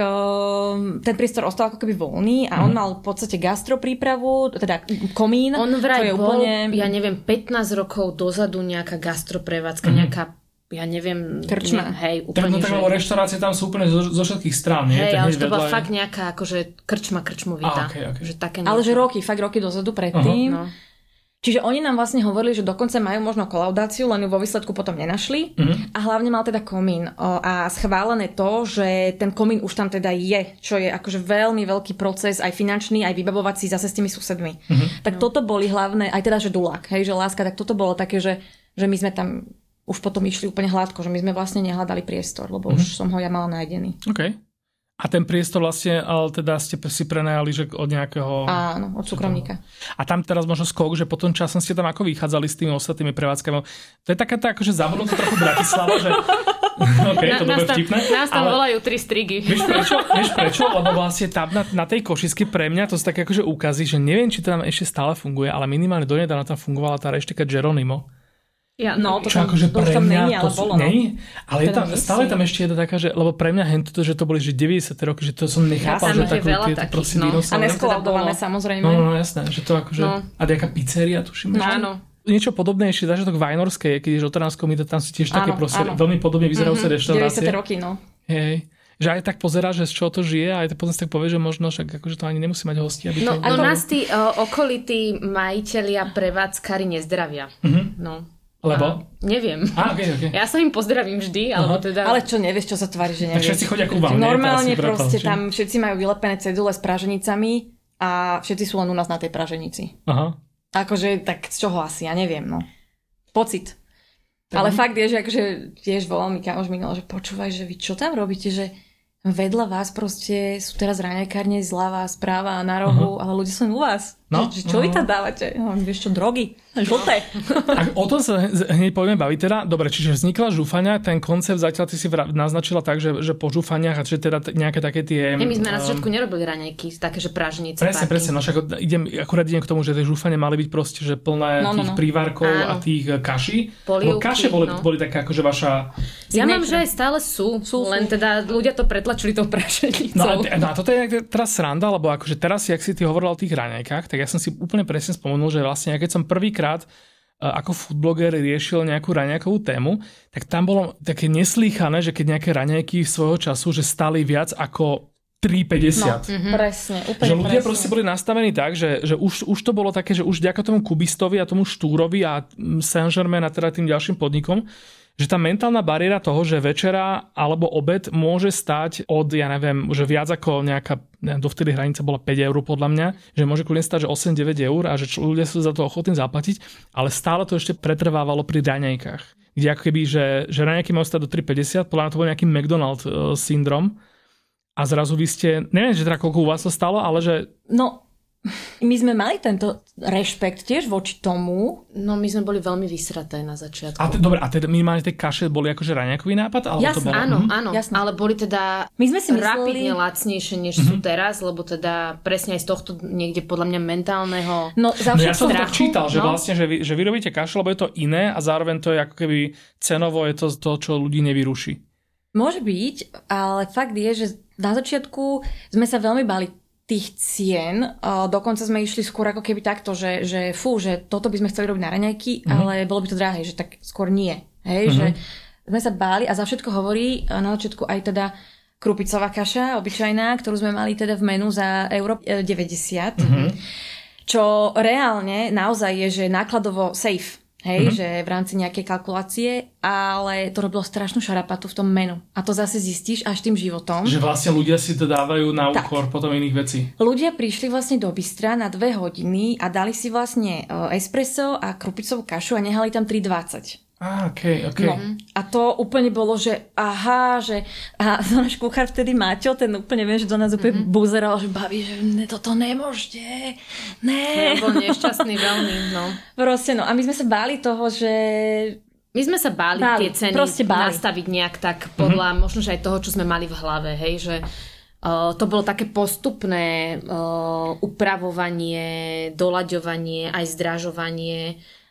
uh, ten priestor ostal ako keby voľný a mm. on mal v podstate gastroprípravu, teda komín. On vraj bol, úplne... ja neviem, pätnásť rokov dozadu nejaká gastroprevádzka, mm. nejaká ja neviem... Krčma. Ne, hej, úplne, tak, no tak reštaurácie tam sú úplne zo, zo všetkých strán. Hej, ale to bola fakt nejaká akože krčma, krčmovita. Okay, okay. Že také ale že roky, fakt roky dozadu predtým. Uh-huh. No. Čiže oni nám vlastne hovorili, že dokonca majú možno kolaudáciu, len ju vo výsledku potom nenašli. Uh-huh. A hlavne mal teda komín. O, a schválené to, že ten komín už tam teda je, čo je akože veľmi veľký proces, aj finančný, aj vybavovací zase s tými susedmi. Uh-huh. Tak no. toto boli hlavné, aj teda, že dulák, hej, že láska, tak toto bolo také, že, že my sme tam už potom išli úplne hladko, že my sme vlastne nehľadali priestor, lebo mm-hmm. už som ho ja mala nájdený. OK. A ten priestor vlastne, ale teda ste si prenajali, že od nejakého... Áno, od súkromníka. A tam teraz možno skok, že potom časom ste tam ako vychádzali s tými ostatnými prevádzkami. To je taká tá akože zabudnutá trochu Bratislava, že... OK, to bude vtipné. Nás tam ale... volajú tri strigy. Vieš prečo? Vieš prečo? Lebo vlastne tam na, na tej Košisky pre mňa to sú také akože úkazy, že neviem, či to tam ešte stále funguje, ale minimálne donedávna tam fungovala tá rešteka Geronimo. Ja, no, to čo tam, akože pre mňa není, ale to bolo, no. Nie? Ale je tam, stále tam ešte jedna taká, že, lebo pre mňa hento to, že to boli že deväťdesiate roky, že to som nechápal, ja, že takú tieto proste no. A neskolaudované samozrejme. No, no, jasné, že to akože, no. A nejaká pizzeria, tuším. No, áno. Niečo podobné ešte zážitok Vajnorskej, keď ješ o Trnavskom, tam sú tiež také proste, veľmi podobne vyzerajúce mm-hmm. reštaurácie. deväťdesiate roky, no. Hej. Že aj tak pozerá, že z čoho to žije a aj potom si tak povie, že možno však akože to ani nemusí mať hostia. No, no nás tí okolití majitelia prevádzkari nezdravia. No. Lebo? A, neviem. A, okay, okay. Ja sa im pozdravím vždy, alebo teda... Ale čo, nevieš, čo sa tvári, že nevieš. Tak všetci chodia ku vám. Normálne nie, proste tam všetci majú vylepené cedule s praženicami a všetci sú len u nás na tej praženici. Aha. Akože, tak z čoho asi, ja neviem, no. Pocit. Tak ale fakt je, že akože tiež volal mi kamoš minul, že počúvaj, že vy čo tam robíte, že vedľa vás proste sú teraz raňajkárne zľava, správa na rohu, uh-huh. ale ľudia sú len u vás. No? Že, čo uh-huh. vy tam dávate? No, vieš čo, drogy? Žlté. Tak o tom sa hneď povieme baviť teda. Dobre, čiže vznikla žúfania, ten koncept zatiaľ ty si naznačila tak, že, že po žúfaniach a že teda nejaké také tie... Nie, my sme na začiatku nerobili raňajky, také, že práženice. Presne, páky. presne. No však idem, akurát idem k tomu, že tie žúfania mali byť proste, že plné no, no, tých no. prívárkov Áno. a tých kaší. Polievky, kaše boli, no. boli také akože vaša... Ja mám, že aj stále sú, sú, len teda ľudia to pretlačili tou práženicou. No a, te, no a toto je teraz sranda, lebo akože teraz, jak si ty hovorila o tých raňajkách, tak ja som si úplne presne spomenul, že vlastne keď som prvýkrát ako foodbloger riešil nejakú raňajkovú tému, tak tam bolo také neslýchané, že keď nejaké raňajky svojho času, že stali viac ako tri päťdesiat. No, mm-hmm. presne, úplne že ľudia presne. proste boli nastavení tak, že, že už, už to bolo také, že už vďaka tomu Kubistovi a tomu Štúrovi a Saint-Germain a teda tým ďalším podnikom, že tá mentálna bariéra toho, že večera alebo obed môže stať od, ja neviem, že viac ako nejaká, neviem, dovtedy hranica bola päť eur podľa mňa, že môže kľudne stať, že osem deväť eur a že ľudia sú za to ochotní zaplatiť, ale stále to ešte pretrvávalo pri raňajkách. Kde ako keby, že, že raňajky majú stať do tri päťdesiat, podľa mňa to bol nejaký McDonald uh, syndrom a zrazu vy ste, neviem, že teda koľko u vás to stalo, ale že... No, my sme mali tento rešpekt tiež voči tomu. No my sme boli veľmi vysraté na začiatku. A te, dobre, a teda minimálne tie kaše boli akože raňajkový nápad? Alebo jasné, to bolo? áno, mhm. áno. Jasné. Ale boli teda my sme si mysleli... rapidne lacnejšie, než mm-hmm. sú teraz, lebo teda presne aj z tohto niekde podľa mňa mentálneho No, no ja som strachu, tak čítal, že no? vlastne, že vy, že vy robíte kaše, lebo je to iné a zároveň to je ako keby cenovo je to to, čo ľudí nevyruší. Môže byť, ale fakt je, že na začiatku sme sa veľmi bali tých cien, dokonca sme išli skôr ako keby takto, že, že fú, že toto by sme chceli robiť na raňajky, mm-hmm. ale bolo by to drahé, že tak skôr nie. Hej, mm-hmm. že sme sa báli a za všetko hovorí na začiatku aj teda krupicová kaša, obyčajná, ktorú sme mali teda v menu za euro deväťdesiat, mm-hmm. čo reálne naozaj je, že nákladovo safe. Hej, mm-hmm. že v rámci nejakej kalkulácie, ale to robilo strašnú šarapatu v tom menu. A to zase zistíš až tým životom. Že vlastne ľudia si to dávajú na úkor potom iných vecí. Ľudia prišli vlastne do bystra na dve hodiny a dali si vlastne espresso a krupicovú kašu a nehali tam tri dvadsať. Á, okej, okay, okej. Okay. No, a to úplne bolo, že aha, že a náš kuchár vtedy Maťo, ten úplne, viem, že do nás úplne mm-hmm. buzeral, že baví, že ne, toto nemôžete, ne. Ja bol nešťastný veľmi, no. Proste, no. A my sme sa báli toho, že... My sme sa báli, báli tie ceny báli. nastaviť nejak tak podľa, mm-hmm. možno, že aj toho, čo sme mali v hlave, hej, že uh, to bolo také postupné uh, upravovanie, doľaďovanie, aj zdražovanie.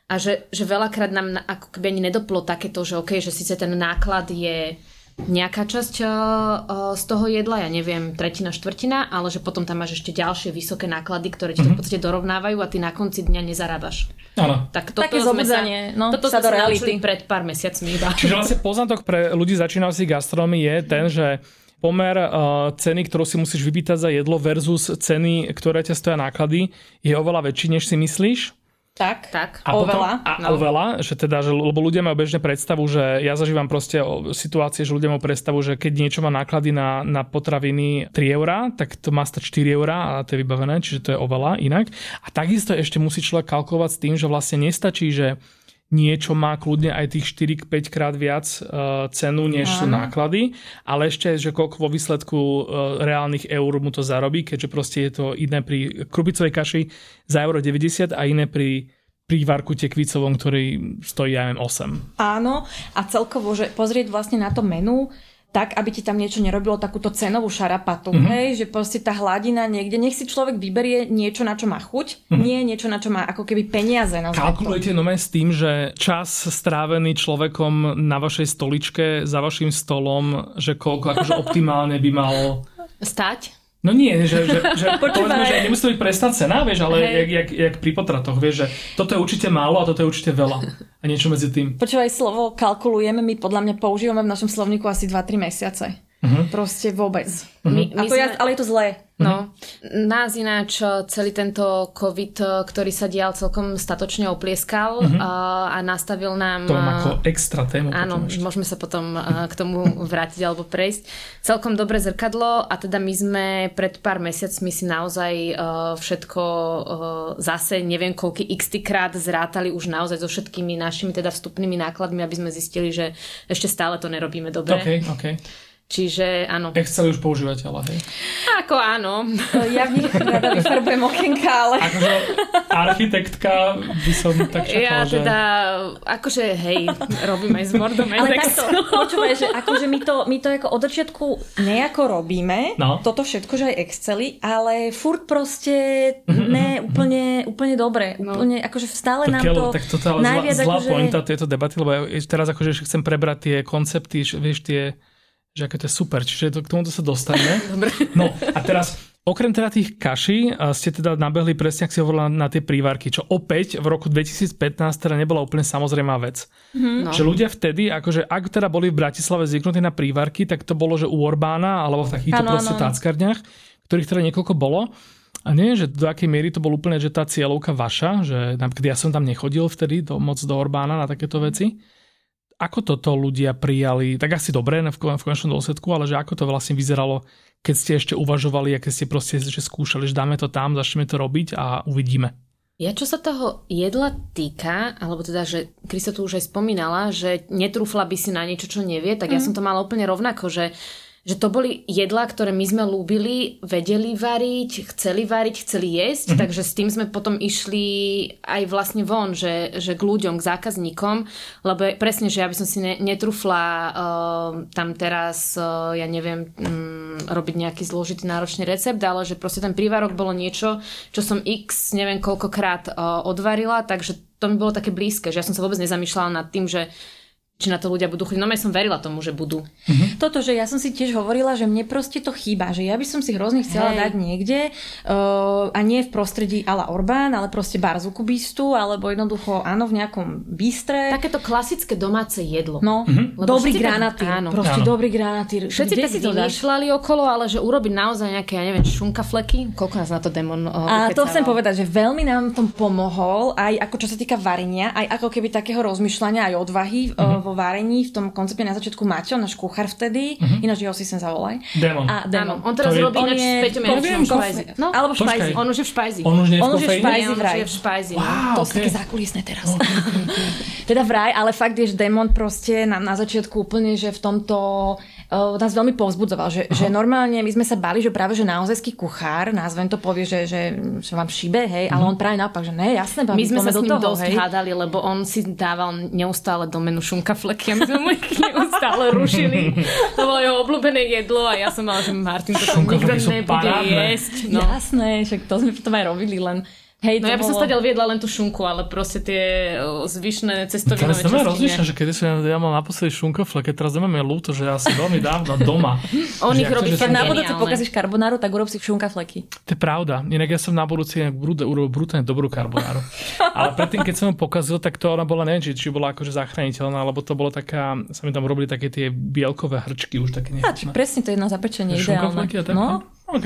a že, že veľakrát nám ako keby ani nedoplo takéto, že okej, okay, že síce ten náklad je nejaká časť uh, z toho jedla, ja neviem, tretina, štvrtina, ale že potom tam máš ešte ďalšie vysoké náklady, ktoré ti to v podstate dorovnávajú a ty na konci dňa nezarábaš. Áno. Tak toto také zobudzanie, no, toto sa do reality pred pár mesiacmi iba. Čiže vlastne poznatok pre ľudí začínajúcich gastronómii je ten, že pomer uh, ceny, ktorú si musíš vypýtať za jedlo versus ceny, ktoré ťa stoja náklady, je oveľa väčší, než si myslíš. Tak, tak. A oveľa. Potom, a no. oveľa, že teda, že, lebo ľudia majú bežne predstavu, že ja zažívam proste situácie, že ľudia majú predstavu, že keď niečo má náklady na, na potraviny tri eurá, tak to má stať štyri eurá a to je vybavené, čiže to je oveľa inak. A takisto ešte musí človek kalkulovať s tým, že vlastne nestačí, že niečo má kľudne aj tých štyri päť krát viac uh, cenu, než Áno. sú náklady, ale ešte, že koľko vo výsledku uh, reálnych eur mu to zarobí, keďže proste je to iné pri krupicovej kaši za euro deväťdesiat a iné pri prívarku tekvicovom, ktorý stojí, ja neviem, osem. Áno, a celkovo, že pozrieť vlastne na to menu, tak, aby ti tam niečo nerobilo takúto cenovú šarapatu, mm-hmm. hej, že proste tá hladina niekde, nech si človek vyberie niečo, na čo má chuť, mm-hmm. nie niečo, na čo má ako keby peniaze. Kalkulujete nové s tým, že čas strávený človekom na vašej stoličke, za vašim stolom, že koľko akože optimálne by malo stať? No nie, že, že, že povedzme, že nemusí to byť presná cena, vieš, ale jak, jak, jak pri potratoch, vieš, že toto je určite málo a toto je určite veľa. A niečo medzi tým. Počúvaj, slovo kalkulujeme, my podľa mňa používame v našom slovníku asi dva tri mesiace. Uh-huh. Proste vôbec. Uh-huh. My, my a to sme... ja, ale je to zlé. No, nás ináč celý tento COVID, ktorý sa dial, celkom statočne oplieskal uh-huh. a nastavil nám... To mám ako extra tému. Áno, môžeme sa potom k tomu vrátiť alebo prejsť. Celkom dobre zrkadlo a teda my sme pred pár mesiacmi si naozaj všetko zase neviem koľký x krát zrátali už naozaj so všetkými našimi teda vstupnými nákladmi, aby sme zistili, že ešte stále to nerobíme dobre. OK, OK. Čiže áno. Excel už používate, ale hej. Ako áno. Ja v nich rada vyfarbujem okienka, ale... Akože architektka by som tak čakala, ja že... teda, akože hej, robím aj s Wordom, aj ale s Excelom. Ale počúvaj, že akože my to, my to ako od začiatku nejako robíme, no. Toto všetko, že aj Excely, ale furt proste mm-hmm. ne úplne, úplne dobre. No. Úplne, akože stále to nám keľo, to... Tak toto je ale zlá, zlá akože... pointa tieto debaty, lebo ja teraz akože chcem prebrať tie koncepty, vieš, tie... že aké to je super, čiže to, k tomuto sa dostaneme. Dobre. No a teraz, okrem teda tých kaší, ste teda nabehli presne, ak si hovorila, na tie prívarky, čo opäť v roku dvetisícpätnásť teda nebola úplne samozrejmá vec. Mm-hmm. Že ľudia vtedy, akože ak teda boli v Bratislave zvyknutí na prívarky, tak to bolo, že u Orbána, alebo v takýchto ano, proste ano. táckarniach, ktorých teda niekoľko bolo. A nie, že do akej miery to bol úplne, že tá cieľovka vaša, že napríklad ja som tam nechodil vtedy do, moc do Orbána na takéto veci. Ako toto ľudia prijali, tak asi dobre v konečnom dôsledku, ale že ako to vlastne vyzeralo, keď ste ešte uvažovali a keď ste proste že skúšali, že dáme to tam, začneme to robiť a uvidíme. Ja čo sa toho jedla týka, alebo teda, že Krista tu už aj spomínala, že netrúfla by si na niečo, čo nevie, tak mm. ja som to mala úplne rovnako, že že to boli jedlá, ktoré my sme ľúbili, vedeli variť, chceli variť, chceli jesť, mm-hmm. takže s tým sme potom išli aj vlastne von, že, že k ľuďom, k zákazníkom, lebo presne, že ja by som si ne, netrúfla uh, tam teraz, uh, ja neviem, um, robiť nejaký zložitý náročný recept, ale že proste ten prívarok bolo niečo, čo som x, neviem koľkokrát uh, odvarila, takže to mi bolo také blízke, že ja som sa vôbec nezamýšľala nad tým, že či na to ľudia budú chodiť. No ja som verila tomu, že budú. Mm-hmm. Toto, že ja som si tiež hovorila, že mne proste to chýba, že ja by som si hrozne chcela Hej. dať niekde uh, a nie v prostredí a la Orbán, ale proste bar z ukubistu, alebo jednoducho áno, v nejakom bistre. Takéto klasické domáce jedlo. No, mm-hmm. dobrý granatýr. Áno. Proste áno. dobrý granatýr. Všetci si to vyšľali okolo, ale že urobiť naozaj nejaké, ja neviem, šunka fleky. Koľko nás na to démon uh, A to chcem povedať, že veľmi nám tom pomohol, aj ako čo sa týka varenia, aj ako keby takého rozmýšľania, aj odvahy mm-hmm. uh, vo varení, v tom koncepte na začiatku Maťo, náš kuchár vtedy, uh-huh. ináč jeho si sem zavolaj. Démon. A Démon. On teraz robí ináč s Peťom Janečom v špajzi. No, alebo v špajzi. On už je v špajzi. On už nie je v kofeíne? On už je v špajzi. Wow, to okay. sú také zákulisné teraz. Okay, okay, okay. Teda vraj, ale fakt je, že Démon proste na, na začiatku úplne, že v tomto uh, nás veľmi povzbudzoval, že, že normálne my sme sa bali, že práve, že naozajský kuchár, názvem to povie, že, že, že vám šibe, hej, ale on práve naopak, že ne, jasné, baví, my sme sa s ním toho, dosť hej. hádali, lebo on si dával neustále do menu šunka fleky a my sme mu neustále rušili. To bolo jeho obľúbené jedlo a ja som mala, že Martin to nikto nebude jesť. No. Jasné, však to sme potom aj robili, len Hej, no ja by som bolo... stadiaľ viedla len tú šunku, ale proste tie zvyšné cestoviny. Teraz sme rozlišné, že kedy som ja mal naposledy šunkofle, keď teraz nemáme ľúto, že asi veľmi dávno doma. On ich robí Keď na budúce pokazíš karbonáru, tak urob si šunkafleky. To je pravda. Inak ja som na budúci urobil brutálne dobrú karbonáru. Ale predtým, keď som ju pokazil, tak to ona bola, neviem, či, či bola akože zachrániteľná, lebo to bolo taká, sa mi tam robili také tie bielkové hrčky už také nechutné. Presne, to je na zapečenie ideálne. No? OK.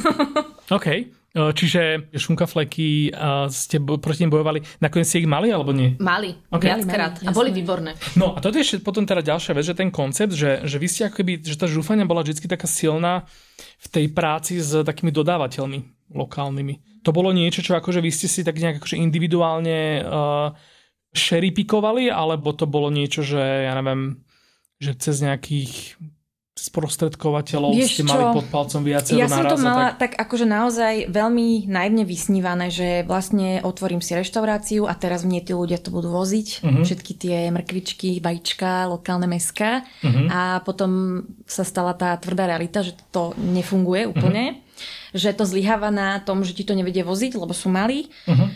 OK. Čiže šunkafleky ste proti nim bojovali. Nakoniec ste ich mali, alebo nie? Mali. Okay. Viackrát. A boli výborné. No a toto je ešte potom teda ďalšia vec, že ten koncept, že, že vy ste ako keby, že tá žúfania bola vždy taká silná v tej práci s takými dodávateľmi lokálnymi. To bolo niečo, čo akože vy ste si tak nejak akože individuálne uh, šeripikovali, alebo to bolo niečo, že ja neviem, že cez nejakých sprostredkovateľov Vieš ste čo? mali pod palcom viacero Ja naraz. som to mala tak... tak akože naozaj veľmi naivne vysnívané, že vlastne otvorím si reštauráciu a teraz v nej tí ľudia to budú voziť. Uh-huh. Všetky tie mrkvičky, vajíčka, lokálne mäská. Uh-huh. A potom sa stala tá tvrdá realita, že to nefunguje úplne. Uh-huh. Že to zlyháva na tom, že ti to nevedie voziť, lebo sú malí. Uh-huh.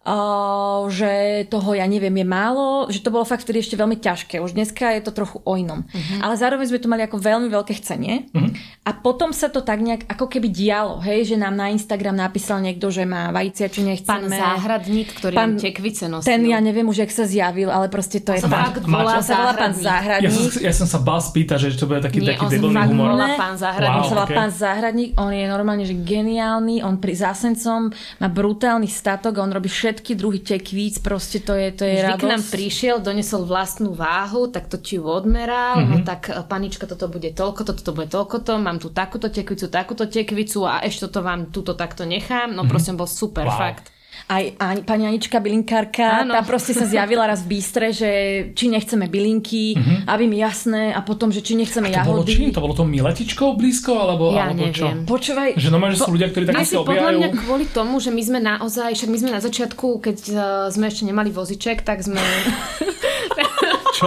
Uh, že toho, ja neviem, je málo, že to bolo fakt vtedy ešte veľmi ťažké. Už dneska je to trochu o inom. Uh-huh. Ale zároveň sme to mali ako veľmi veľké chcenie. Uh-huh. A potom sa to tak nejak ako keby dialo, hej, že nám na Instagram napísal niekto, že má vajícia, či nechceme. Pán záhradník, ktorý pán, nám tekvice nosil. Ten, ja neviem už, jak sa zjavil, ale proste to je fakt volá pán záhradník. Ja som, ja som sa bál spýtať, že to bude taký, Nie, taký debilný humor. Nie, on sa pán záhradník. Wow, on sa okay. pán záhradník, on je normálne, že geniálny, on pri zásencom má brutálny statok, on robí všetky druhy tekvíc. Víc, proste to je, to je Vždy, radosť. Vždy k nám prišiel, donesol vlastnú váhu, tak to ti odmeral, mm-hmm. no tak panička, toto bude toľko, toto bude toľko to, mám tu takúto tekvicu, takúto tekvicu a ešte toto vám túto takto nechám, no mm-hmm. proste bol super, wow. fakt. Aj, aj pani Anička bylinkárka, tá proste sa zjavila raz v Bystre, že či nechceme bylinky, mm-hmm. aby mi jasné, a potom, že či nechceme a to jahody. Bolo čím? To bolo to miletičkou blízko? Alebo, ja alebo neviem. Čo? Počúvaj. Že normálne, že sú ľudia, ktorí takí sa objajú. Podľa mňa kvôli tomu, že my sme naozaj, však my sme na začiatku, keď sme ešte nemali voziček, tak sme... Čo?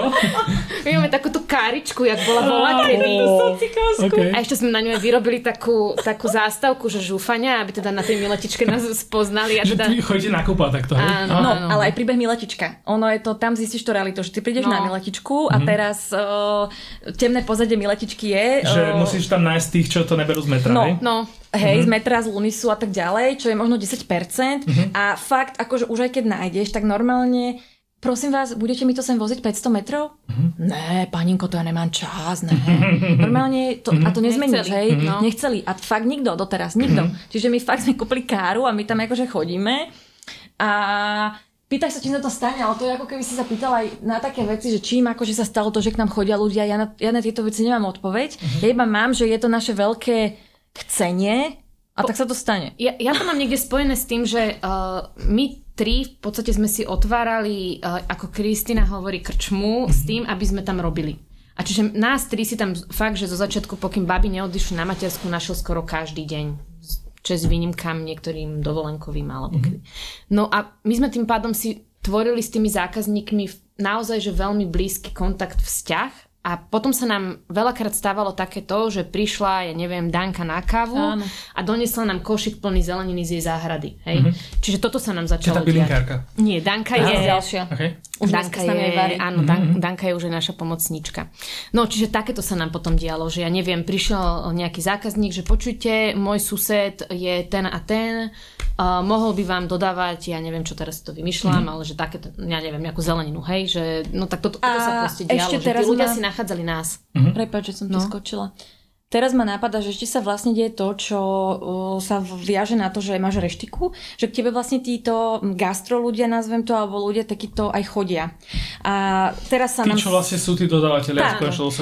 My máme takúto káričku, jak bola volakedy. Oh, okay. A ešte sme na ňu vyrobili takú, takú zástavku, že žúfania, aby teda na tej miletičke nás spoznali. A teda... Že ty chodíte nakúpať takto, hej? Áno, no, áno. ale aj príbeh miletička. Ono je to, tam zistíš to realitu, že ty prídeš no. na miletičku a teraz uh, temné pozadie miletičky je... Že uh, musíš tam nájsť tých, čo to neberú z metra, no, hej? No, Hej, mm-hmm. z metra, z Lunisu a tak ďalej, čo je možno desať percent. Mm-hmm. A fakt, akože už aj keď nájdeš, tak normálne, prosím vás, budete mi to sem voziť päťsto metrov? Mm-hmm. Né, paninko, to ja nemám čas, ne. Normálne, to, a to nezmeníš, hej? No. Nechceli. A fakt nikto doteraz, nikto. Mm-hmm. Čiže my fakt sme kúpili káru a my tam akože chodíme a... Pýtaš sa, či sa to stane, ale to je ako keby si sa pýtala aj na také veci, že čím akože sa stalo to, že k nám chodia ľudia. Ja na, ja na tieto veci nemám odpoveď. Mm-hmm. Ja iba mám, že je to naše veľké chcenie a po, tak sa to stane. Ja, ja to mám niekde spojené s tým, že uh, my tri v podstate sme si otvárali, uh, ako Kristina hovorí, krčmu s tým, aby sme tam robili. A čiže nás tri si tam fakt, že zo začiatku, pokým babi neodišli na matersku, našiel skoro každý deň. Čes výnimkám niektorým dovolenkovým alebo kedy. No a my sme tým pádom si tvorili s tými zákazníkmi naozaj že veľmi blízky kontakt, vzťah. A potom sa nám veľakrát stávalo takéto, že prišla, ja neviem, Danka na kávu Áno. a donesla nám košík plný zeleniny z jej záhrady. Hej? Mm-hmm. Čiže toto sa nám začalo diať. Čiže tá bylinkárka? Nie, Danka je... Áno, ďalšia. Okay. Už Danka je, áno, mm-hmm. Danka je už naša pomocníčka. No, čiže takéto sa nám potom dialo, že ja neviem, prišiel nejaký zákazník, že počujte, môj sused je ten a ten, uh, mohol by vám dodávať, ja neviem, čo teraz to vymýšľam, mm-hmm. ale že takéto, ja neviem, nejakú zeleninu, hej, že no tak toto, toto sa proste dialo, že tí ľudia ma... si nachádzali nás. Mm-hmm. Prepáč, že som no. ti skočila. Teraz ma napadá, že ešte sa vlastne deje to, čo uh, sa viaže na to, že máš reštiku, že k tebe vlastne títo gastro ľudia, nazvem to, alebo ľudia takýto aj chodia. A teraz sa tí, nám... čo vlastne sú tí dodávateľia.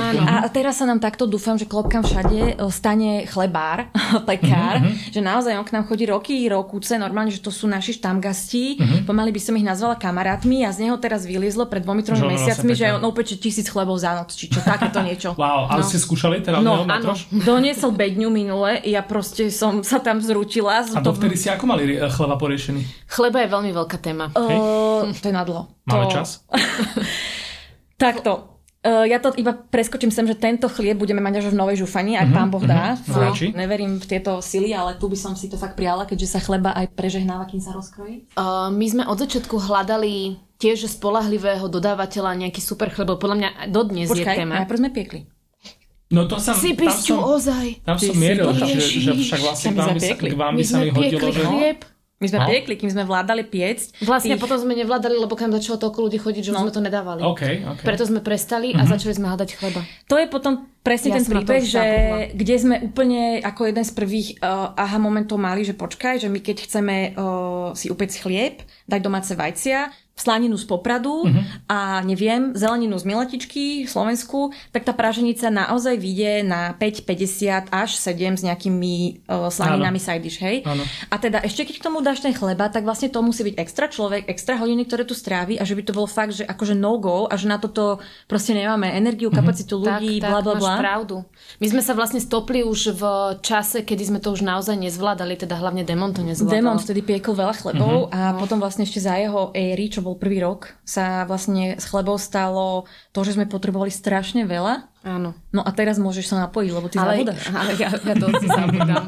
A teraz sa nám takto, dúfam, že klopkám všade, stane chlebár, pekár, mm-hmm. že naozaj on k nám chodí roky, rokúce, normálne, že to sú naši štamgasti, mm-hmm. pomaly by som ich nazvala kamarátmi a z neho teraz vyliezlo pred dvomi, tromi mesiacmi, že on upeče tisíc chlebov za noc, či čo, takéto niečo. Wow, ale no. ste skúšali teda? No, áno. Doniesol bedňu minule, ja proste som sa tam zrútila. A dovtedy si ako mali chleba poriešený? Chleba je veľmi veľká téma. Uh, to je nadlo. Máme to... čas? Takto. Uh, ja to iba preskočím sem, že tento chlieb budeme mať až v Novej Žufani, ak mm-hmm, pán Boh dá. Mm-hmm. Neverím v tieto sily, ale tu by som si to fakt prijala, keďže sa chleba aj prežehnáva, kým sa rozkrojí. Uh, my sme od začiatku hľadali tiež spoľahlivého dodávateľa, nejaký super chleb. Podľa mňa dodnes je téma. Počkaj, najprv sme piekli. No to som, si tam som, ozaj. Tam som mieril, že, že však vlastne k vám, k vám by sa mi hodilo, že... Chlieb. My sme no. piekli, kým sme vládali piecť. Vlastne tých... potom sme nevládali, lebo kam začalo toľko ľudí chodiť, že no. sme to nedávali. Okay, okay. Preto sme prestali a uh-huh. začali sme hľadať chleba. To je potom presne ja ten príbeh, že kde sme úplne ako jeden z prvých uh, aha momentov mali, že počkaj, že my keď chceme uh, si upecť chlieb, dať domáce vajcia, slaninu z Popradu uh-huh. a neviem, zeleninu z Miletičky v Slovensku, tak tá praženica naozaj vyjde na päť päťdesiat až sedem s nejakými uh, slaninami side dish, hej? Áno. A teda ešte keď k tomu dáš ten chleba, tak vlastne to musí byť extra človek, extra hodiny, ktoré tu strávi a že by to bol fakt, že akože no go a že na toto proste nemáme energiu, kapacitu uh-huh. ľudí, tak, bla bla bla. Máš pravdu. My sme sa vlastne stopli už v čase, kedy sme to už naozaj nezvládali, teda hlavne Demon to nezvládal. Demon vtedy piekol veľa chlebov uh-huh. a no. potom vlastne ešte za jeho éry, čo bol prvý rok, sa vlastne s chlebou stalo to, že sme potrebovali strašne veľa. Áno. No a teraz môžeš sa napojiť, lebo ty ale, zabudáš. Ale ja, ja dosť zabudám.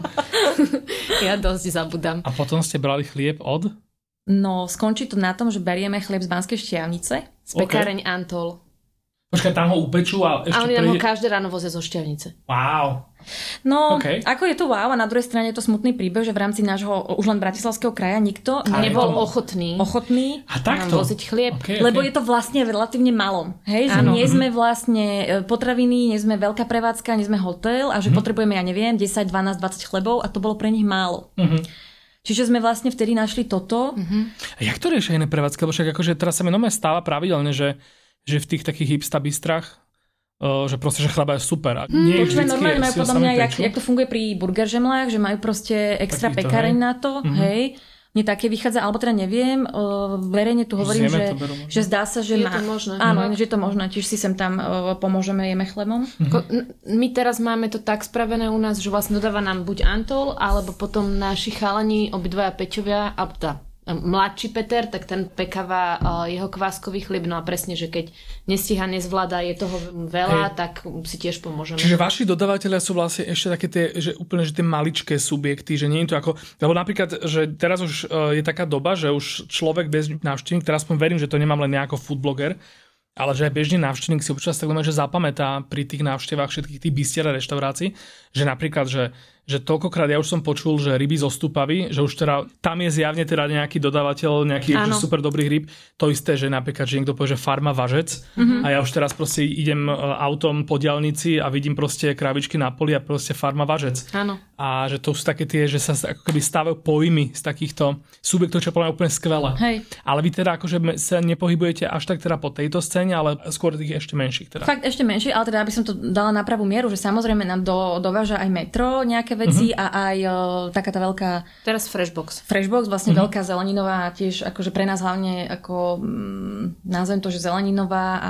ja dosť zabudám. A potom ste brali chlieb od? No, skončí to na tom, že berieme chlieb z Banskej Štiavnice. Z pekáreň okay. Antol. Počkaj, tam ho upečú a ešte... A oni nám ho každé ráno vozia zo Štiavnice. Wow. No, okay. ako je to wow a na druhej strane je to smutný príbeh, že v rámci nášho už len bratislavského kraja nikto a nebol to... ochotný, ochotný a takto? voziť chlieb. Okay, okay. Lebo je to vlastne relatívne malom. Hej, že ano. nie sme vlastne potraviny, nie sme veľká prevádzka, nie sme hotel a že mm-hmm. potrebujeme, ja neviem, desať, dvanásť, dvadsať chlebov a to bolo pre nich málo. Mm-hmm. Čiže sme vlastne vtedy našli toto. Mm-hmm. A jak to riešia iné prevádzky? Lebo však akože teraz sa mi nové stáva pravidelne, že, že v tých takých hipsta bistrách Uh, že proste, že chleba je super. Hmm, Nie Počujem, normálne majú podľa mňa, jak, jak to funguje pri burger žemlách, že majú proste extra Takýto, pekáreň hej. na to, mm-hmm. hej. Mne také vychádza, alebo teda neviem, uh, verejne tu hovorím, že, že zdá sa, že je má... to možné. Áno, mm-hmm. že je to možné, tiež si sem tam uh, pomôžeme, jeme chlebom. Mm-hmm. My teraz máme to tak spravené u nás, že vlastne dodáva nám buď Antol, alebo potom naši chalani, obidvaja Peťovia, a tá mladší Peter, tak ten pekáva uh, jeho kváskový chlieb, no a presne, že keď nestíha, nezvláda, je toho veľa, Hej. tak si tiež pomôžeme. Čiže vaši dodávateľia sú vlastne ešte také tie, že úplne, že tie maličké subjekty, že nie je to ako, lebo napríklad, že teraz už uh, je taká doba, že už človek bez návštevník, teraz aspoň verím, že to nemám len nejako foodbloger, ale že aj bežný návštevník si občas tak len, že zapamätá pri tých návštevách všetkých tých bistier a reštaurácií, že napríklad, že že toľkokrát ja už som počul, že ryby zo Stupavy, že už teda tam je zjavne teda nejaký dodávateľ, nejaký super dobrý ryb. To isté, že napríklad, že niekto povie, že farma Važec mm-hmm. a ja už teraz proste idem autom po diaľnici a vidím proste krávičky na poli a proste farma Važec. Áno. A že to sú také tie, že sa ako keby stávajú pojmy z takýchto subjektov, čo je úplne skvelé. Hej. Ale vy teda akože sa nepohybujete až tak teda po tejto scéne, ale skôr tých ešte menších teda. Fakt ešte menších, ale teda aby som to dala na pravú mieru, že samozrejme nám do, dováža aj metro nejaké veci uh-huh. a aj o, taká tá veľká... Teraz Freshbox. Freshbox, vlastne uh-huh. veľká zeleninová, tiež akože pre nás hlavne ako mm, názvem to, že zeleninová a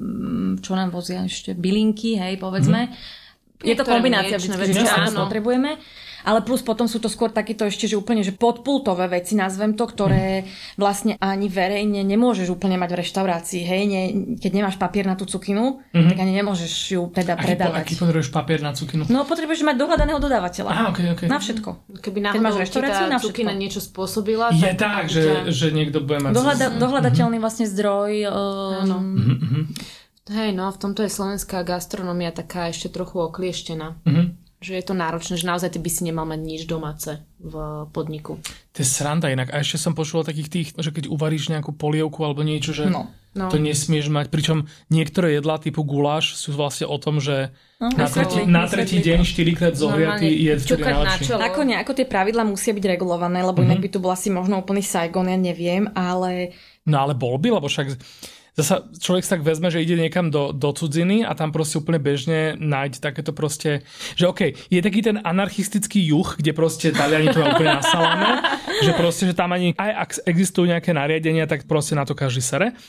mm, čo nám vozia ešte bylinky, hej, povedzme. Uh-huh. Je to kombinácia vždy, čo áno, potrebujeme. Ale plus potom sú to skôr takýto ešte, že úplne že podpultové veci, nazvem to, ktoré vlastne ani verejne nemôžeš úplne mať v reštaurácii. Hej, ne, keď nemáš papier na tú cukinu, mm-hmm. tak ani nemôžeš ju teda aký predávať. Aký potrebuješ papier na cukinu? No potrebuješ mať dohľadaného dodávateľa. Aha, okay, okay. Na všetko. Keby náhodou ti tá cukina niečo spôsobila. Je tak, tak že, ťa... že niekto bude mať... Dohľada, dohľadateľný vlastne zdroj. Áno. Um... Mm-hmm. Hej, no v tomto je slovenská gastronomia taká ešte trochu oklieštená. Mm-hmm. Že je to náročné, že naozaj ty by si nemal mať nič domáce v podniku. To je sranda inak. A ešte som počul takých tých, že keď uvaríš nejakú polievku alebo niečo, že no, no. to nesmieš mať. Pričom niektoré jedlá typu guláš sú vlastne o tom, že no, na, tretí, na tretí deň štyrikrát zohriatý je vtedy najlepšie. Ako nejako tie pravidlá musia byť regulované, lebo mm-hmm. inak by tu bol asi možno úplný Saigon, ja neviem, ale... No ale bol by, lebo však... Zasa človek sa tak vezme, že ide niekam do, do cudziny a tam proste úplne bežne nájde takéto proste, že okej, okay, je taký ten anarchistický juh, kde proste Taliani to má úplne nasalané, že proste, že tam ani, aj ak existujú nejaké nariadenia, tak proste na to každý sere.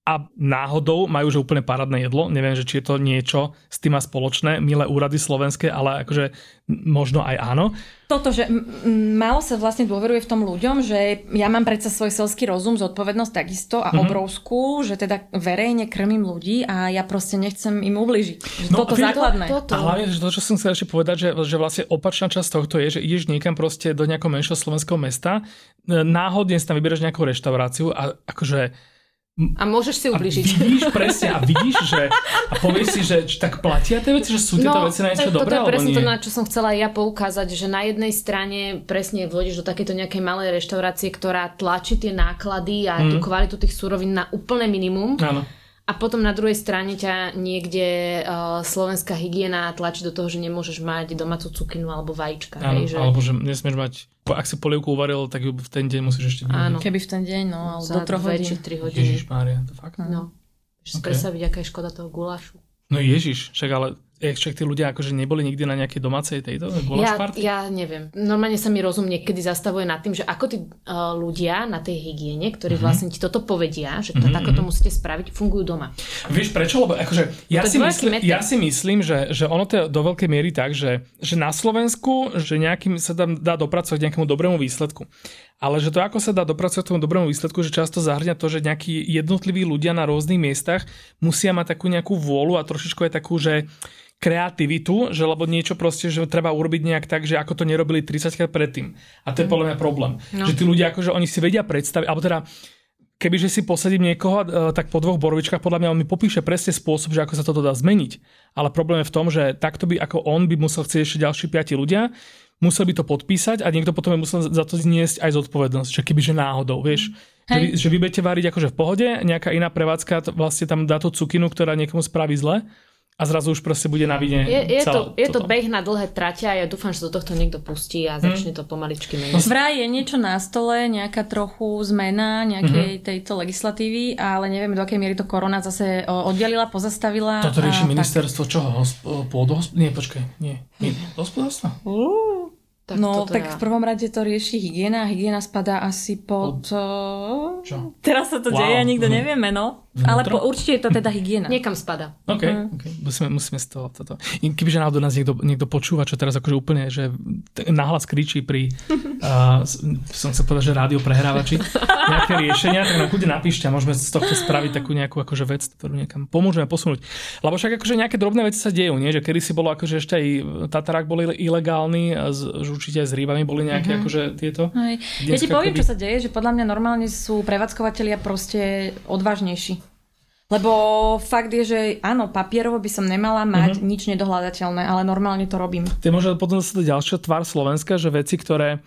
a náhodou majú že úplne parádne jedlo. Neviem, že či je to niečo s tým má spoločné, milé úrady slovenské, ale akože možno aj áno. Toto, že m- málo sa vlastne dôveruje v tom ľuďom, že ja mám predsa svoj selský rozum, zodpovednosť takisto a mm-hmm. obrovskú, že teda verejne krmím ľudí a ja proste nechcem im ublížiť. No, toto je základné. To, to. A hlavne, že to, čo som chcel ešte povedať, že, že vlastne opačná časť tohto je, že ideš niekam proste do nejakého menšieho slovenského mesta, náhodne si tam vyberáš nejakú reštauráciu a akože a môžeš si ubližiť. A vidíš presne, a vidíš, že a povieš si, že tak platia tie veci, že sú tieto no, veci na niečo dobré, alebo nie? No, to je presne to, na čo som chcela ja poukázať, že na jednej strane presne vôjdeš do takéto nejakej malej reštaurácie, ktorá tlačí tie náklady a mm. tú kvalitu tých surovín na úplné minimum. Áno. A potom na druhej strane ťa niekde uh, slovenská hygiena tlačí do toho, že nemôžeš mať domácu cukinu alebo vajíčka. Áno, hej, že... alebo že nesmieš mať, ak si polievku uvaril, tak ju v ten deň musíš ešte vyhodniť. Áno, keby v ten deň, no, ale do troch hodín. či tri hodiny. Ježišmária, to fakt? No. Môžeš okay. predstaviť, aká je škoda toho gulášu. No ježiš, však ale však tí ľudia akože neboli nikdy na nejakej domácej tejto guláš party? Ja, ja neviem. Normálne sa mi rozum niekedy zastavuje nad tým, že ako tí uh, ľudia na tej hygiene, ktorí mm-hmm. vlastne ti toto povedia, že to, mm-hmm. takto to musíte spraviť, fungujú doma. Vieš prečo? Lebo akože ja, si myslím, ja si myslím, že, že ono to je do veľkej miery tak, že, že na Slovensku, že nejakým sa tam dá dopracovať nejakému dobrému výsledku. Ale že to, ako sa dá dopracovať k tomu dobrému výsledku, že často zahrňa to, že nejakí jednotliví ľudia na rôznych miestach musia mať takú nejakú vôľu a trošičku je takú, že kreativitu, že lebo niečo proste, že treba urobiť nejak tak, že ako to nerobili tridsaťkrát predtým. A to je podľa mňa problém. No. Že tí ľudia, akože oni si vedia predstaviť, alebo teda kebyže si posadím niekoho, tak po dvoch borovičkách podľa mňa on mi popíše presne spôsob, že ako sa toto dá zmeniť. Ale problém je v tom, že takto by ako on by musel chcieť ešte ďalší piati ľudia, musel by to podpísať a niekto potom je musel za to zniesť aj zodpovednosť, že kebyže náhodou, vieš. Že vy, že vy budete váriť akože v pohode, nejaká iná prevádzka vlastne tam dá tú cukinu, ktorá niekomu spraví zle a zrazu už proste bude na vine. Je, je, to, je to beh na dlhé trate a ja dúfam, že do tohto niekto pustí a začne hmm. to pomaličky meniť. No, vraj je niečo na stole, nejaká trochu zmena nejakej hmm. tejto legislatívy, ale neviem, do akej miery to korona zase oddialila, pozastavila. Toto rieši ministerstvo tak. Čoho? Pôdohospodárstva? Nie, počkaj. Nie. Nie. Hospodárstva? Uh. Tak no, tak ja. V prvom rade to rieši hygiena. Hygiena spadá asi pod... Od... Čo? Teraz sa to wow. deje a nikto nevieme, no. Ale po, určite je to teda hygiena. Niekam spadá. OK, mm. okay. Musíme, musíme z toho toto. Kebyže náhodou nás niekto, niekto počúva, čo teraz akože úplne, že nahlas kričí pri, uh, som chcel povedať, že rádio prehrávači, nejaké riešenia, tak nám kľudne napíšte a môžeme z tohto spraviť takú nejakú akože vec, ktorú niekam pomôžeme posunúť. Lebo však akože nejaké drobné veci sa dejú, nie? Že kedy si bolo akože ešte aj Tatarák boli ilegálni, a z, určite aj s rýbami boli nejaké mm-hmm. akože tieto. Hej. Ja ti poviem, keby... čo sa deje, že podľa mňa normálne sú prevádzkovateľia proste odvážnejší. Lebo fakt je, že áno, papierovo by som nemala mať mm-hmm. nič nedohľadateľné, ale normálne to robím. To je možno potom zase ďalšia tvár Slovenska, že veci, ktoré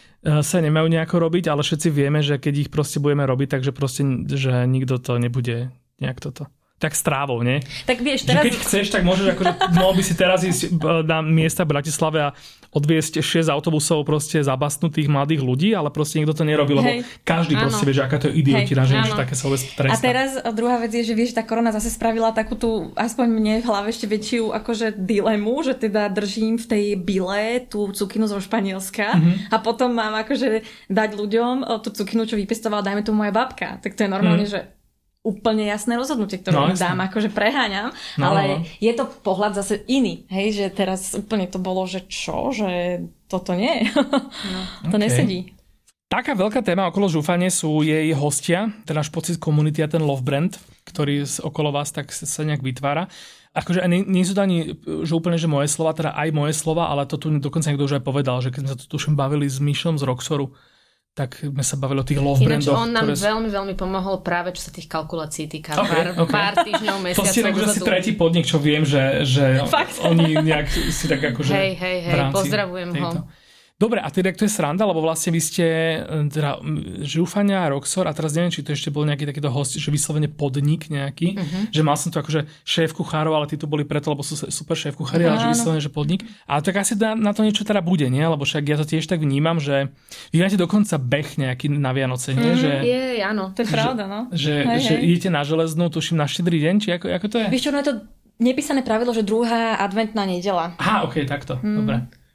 sa nemajú nejako robiť, ale všetci vieme, že keď ich proste budeme robiť, takže proste, že nikto to nebude nejak toto. Tak s trávou, nie? Tak vieš, teraz... Že keď chceš, tak môžeš, akože, mohol by si teraz ísť na miesta v Bratislave a odviesť šesť autobusov proste zabasnutých mladých ľudí, ale proste nikto to nerobí, lebo hej. každý áno. proste vie, že aká to je idiotina, že niečo také sa vôbec trestá. A teraz druhá vec je, že vieš, tá korona zase spravila takú tú, aspoň mne v hlave ešte väčšiu akože dilemu, že teda držím v tej bile tú cukinu zo Španielska mm-hmm. a potom mám akože dať ľuďom tú cukinu, čo vypestovala, dajme tu moja babka. Tak to je normálne, mm. že úplne jasné rozhodnutie, ktoré no, dám, akože preháňam, no, ale je to pohľad zase iný, hej, že teraz úplne to bolo, že čo, že toto nie, no. to okay. nesedí. Taká veľká téma okolo žúfane sú jej hostia, ten náš pocit komunity a ten love brand, ktorý okolo vás tak sa nejak vytvára. Akože nie, nie sú to ani, že úplne, že moje slova, teda aj moje slova, ale to tu dokonca niekto už aj povedal, že keď sme sa tu tuším bavili s Myšom z Roxoru, tak sme sa bavili o tých love Ináč brandoch. on nám ktoré... veľmi, veľmi pomohol práve, čo sa tých kalkulácií týka. Okay, pár, okay. pár týždňov, mesiacov. To ste tak, že si tretí podnik, čo viem, že, že oni nejak si tak akože... Hej, hej, hej, pozdravujem tejto. ho. Dobre, a teda to je sranda, lebo vlastne vy ste teda Žúfania, Roxor a teraz neviem, či to ešte bol nejaký takýto host, že vyslovene podnik nejaký, uh-huh. že mal som tu akože šéf kuchárov, ale tí tu boli preto, lebo sú super šéf kuchári, ale že vyslovene, že podnik. Ale tak asi na, na to niečo teda bude, nie? Lebo však ja to tiež tak vnímam, že vy máte dokonca beh nejaký na Vianoce, nie? Mm, že, je, áno, to je pravda, no. Že, hej, že hej. idete na Železnú, tuším na Štedrý deň, či ako, ako to je? Víš čo, no je to nepísané pravidlo, že druhá adventná nedeľa. Aha, okej, okay, takto, hmm. dobre.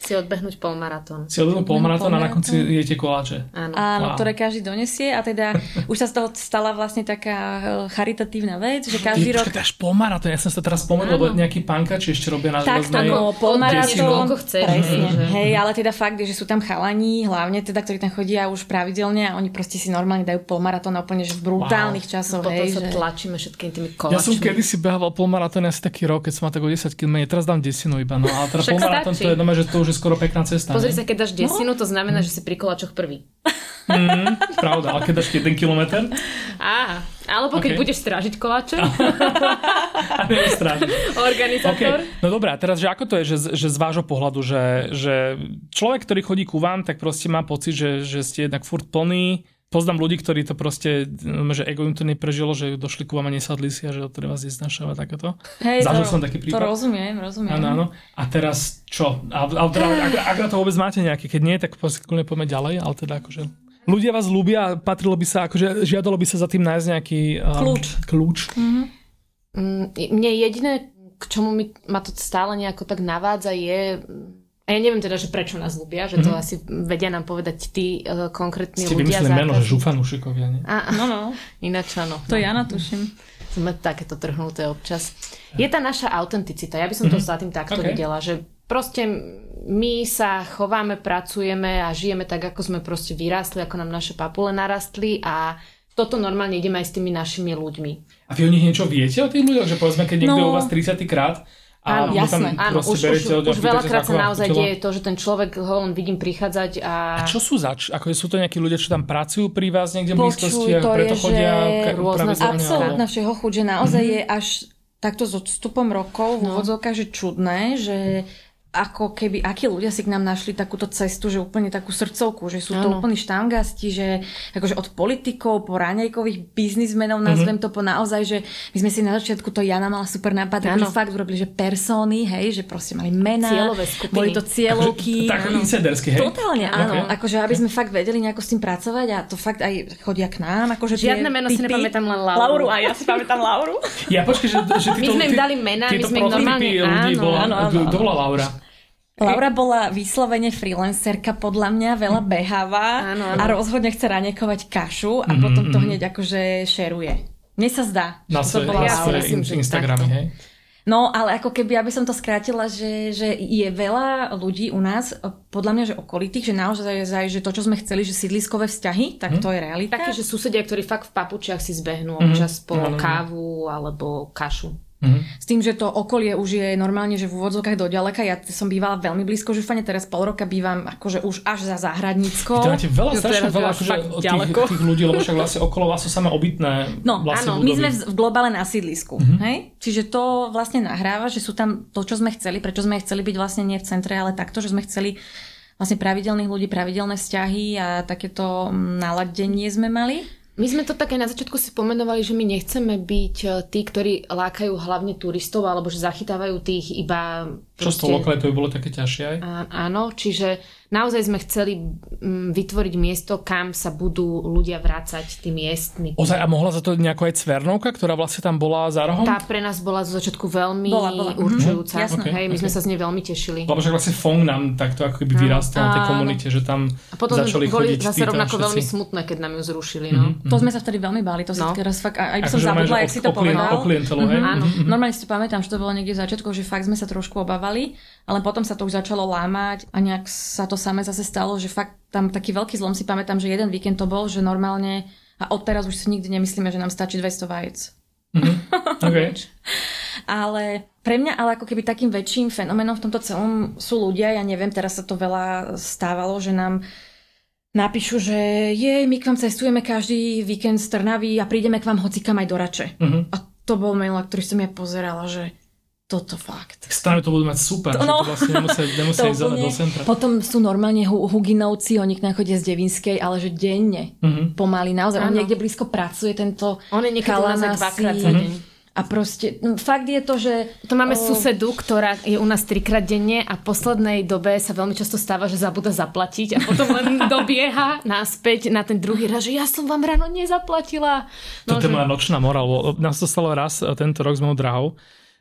Si odbehnúť polmaratón. Si odbehnúť polmaratón a na konci jete koláče. Áno, Áno wow. ktoré každý donesie a teda už sa z toho stala vlastne taká charitatívna vec, že každý Ty, rok... Počkaj, až polmaratón, ja som sa teraz spomenul, lebo nejaký pankači ešte robia na tak, železnej... Tak, polmaratón, chceš, presne. Mm-hmm. Hej, ale teda fakt je, že sú tam chalani, hlavne teda, ktorí tam chodia už pravidelne a oni proste si normálne dajú polmaratón úplne že v brutálnych wow. časoch. Potom hej, sa že... tlačíme všetkými tými koláčmi. Ja som kedysi behával polmaratón asi taký rok, keď som mal tak o desať kilometrov, teraz dám desinu iba, no ale teda polmaratón to je doma, že to už je skoro pekná cesta. Pozri sa, keď dáš desinu, to znamená, že si pri koláčoch prvý. Mm, pravda, ale keď dáš jeden kilometr? Á, alebo keď okay. budeš strážiť koláče. A nie strážiť. Organizátor. Okay. No dobré, a teraz, že ako to je, že, že z vášho pohľadu, že, že človek, ktorý chodí ku vám, tak proste má pocit, že, že ste jednak furt plný. Poznám ľudí, ktorí to proste, že ego im to neprežilo, že došli ku vám a nesadli si a že to vás neznášava takéto. Hej, Zažil to, som taký prípad. To rozumiem, rozumiem. Áno, áno. A teraz čo? A, a, a, ak na to vôbec máte nejaké? Keď nie, tak kľudne poďme ďalej, ale teda akože... Ľudia vás ľúbia a patrilo by sa, akože žiadalo by sa za tým nájsť nejaký... Um, kľúč. Kľúč. Mm-hmm. Mne jediné, k čomu mi, ma to stále nejako tak navádza je... A ja neviem teda, že prečo nás ľúbia, že to mm-hmm. asi vedia nám povedať tí uh, konkrétni Ste ľudia. Ste vymysleli meno, že žufanúšikovia, nie? A, no, no. Ináč áno. To ja natuším. Sme takéto trhnuté občas. Je tá naša autenticita. Ja by som mm-hmm. to za tým takto okay. videla, že proste my sa chováme, pracujeme a žijeme tak, ako sme proste vyrástli, ako nám naše papule narastli a toto normálne ideme aj s tými našimi ľuďmi. A vy o nich niečo viete o tých ľuďoch? Že povedzme, keď niekto no. je u vás tridsiaty krát a áno, jasné. Áno, už, už, už veľakrát sa naozaj deje to, že ten človek ho len vidím prichádzať a... A čo sú zač? Ako sú to nejakí ľudia, čo tam pracujú pri vás niekde v blízkosti a preto je, chodia pravidelne? Absolútna všeho chuť, že naozaj mm-hmm. je až takto s odstupom rokov v úvodzovkách, že čudné, že ako keby, akí ľudia si k nám našli takúto cestu, že úplne takú srdcovku, že sú to ano. Úplní štangasti, že akože od politikov po raňajkových biznismenov, nazvem mm-hmm. to po naozaj, že my sme si na začiatku, to Jana mala super nápad, akože fakt urobili, že persóny, hej, že proste mali mená, cieľové skupiny. Boli to cieľovky. Tak insidersky, hej? Totálne, áno. Okay. Akože aby sme fakt vedeli nejako s tým pracovať a to fakt aj chodia k nám. Akože žiadne meno si nepamätám, len Lauru. Lauru, a ja si pamätám Lauru. Ja počkej, že, že my sme im dali mená, my sme ich normálne, áno, áno, áno. Kto bola Laura? Laura bola vyslovene freelancerka, podľa mňa veľa beháva áno, áno. a rozhodne chce raňajkovať kašu a mm-hmm. potom to hneď akože šeruje. Mne sa zdá. Na svoje ja Instagramy, hej? No, ale ako keby, aby som to skrátila, že, že je veľa ľudí u nás, podľa mňa, že okolitých, že naozaj, že to, čo sme chceli, že sídliskové vzťahy, tak mm. to je realita. Takí, že susedia, ktorí fakt v papučiach si zbehnú občas mm. po no, no, kávu alebo kašu. Mm-hmm. S tým, že to okolie už je normálne, že v úvodzovkách do ďaleka. Ja som bývala veľmi blízko Žufane, teraz pol roka bývam akože už až za Záhradníckou. Vy to máte veľa, strašne veľa akože tých, tých ľudí, lebo však vlastne okolo vás sú samé obytné no, vlastne áno, budovy. My sme v globále na sídlisku. Mm-hmm. Hej? Čiže to vlastne nahráva, že sú tam to, čo sme chceli, prečo sme chceli byť vlastne nie v centre, ale takto, že sme chceli vlastne pravidelných ľudí, pravidelné vzťahy a takéto naladenie sme mali. My sme to tak aj na začiatku si pomenovali, že my nechceme byť tí, ktorí lákajú hlavne turistov, alebo že zachytávajú tých iba... Čo z toho lokale, to by bolo také ťažšie aj? Áno, čiže naozaj sme chceli vytvoriť miesto, kam sa budú ľudia vrácať, tí miestni. Ozaj, a mohla za to nejako aj Cvernovka, ktorá vlastne tam bola za rohom? Tá pre nás bola zo začiatku veľmi bola, bola. určujúca. Mm-hmm. Okay, Hej, my okay. sme sa z nej veľmi tešili. Lebo však vlastne Fong nám takto ako keby vyrastal na tej komunite, že tam a potom začali boli chodiť zase rovnako všetci. Veľmi smutné, keď nám ju zrušili. No. Mm-hmm. To sme sa vtedy veľmi báli, to sa no. teraz fakt, aj by som akože zabudla, jak si to povedal. Áno. Normálne si to pamätám, že to bolo niekde v začiatku, že fakt sme sa trošku obávali, ale potom sa to už začalo lámať a nejak sa to samé zase stalo, že fakt tam taký veľký zlom, si pamätám, že jeden víkend to bol, že normálne a odteraz už si nikdy nemyslíme, že nám stačí dvesto vajec. Mm-hmm. Okay. Ale pre mňa, ale ako keby takým väčším fenoménom v tomto celom sú ľudia, ja neviem, teraz sa to veľa stávalo, že nám napíšu, že je, my k vám cestujeme každý víkend z Trnavy a prídeme k vám hocikam aj do Rače. Mm-hmm. A to bol mail, na ktorý som ja pozerala, že toto fakt. Stále to budú mať super, to, no. že to vlastne nemusia, nemusia ísť do centra. Potom sú normálne hu- Huginovci, oni k nám chodia z Devinskej, ale že denne. Mm-hmm. Pomaly, naozaj. Ano. On niekde blízko pracuje, tento on je niekedy naozaj dvakrát za deň. A proste, no, fakt je to, že... To máme o... susedu, ktorá je u nás trikrát denne a v poslednej dobe sa veľmi často stáva, že zabúda zaplatiť a potom len dobieha naspäť na ten druhý raz, že ja som vám ráno nezaplatila. No, Toto je že... moja nočná mora, lebo nás to stalo raz tento rok s mojou drahou,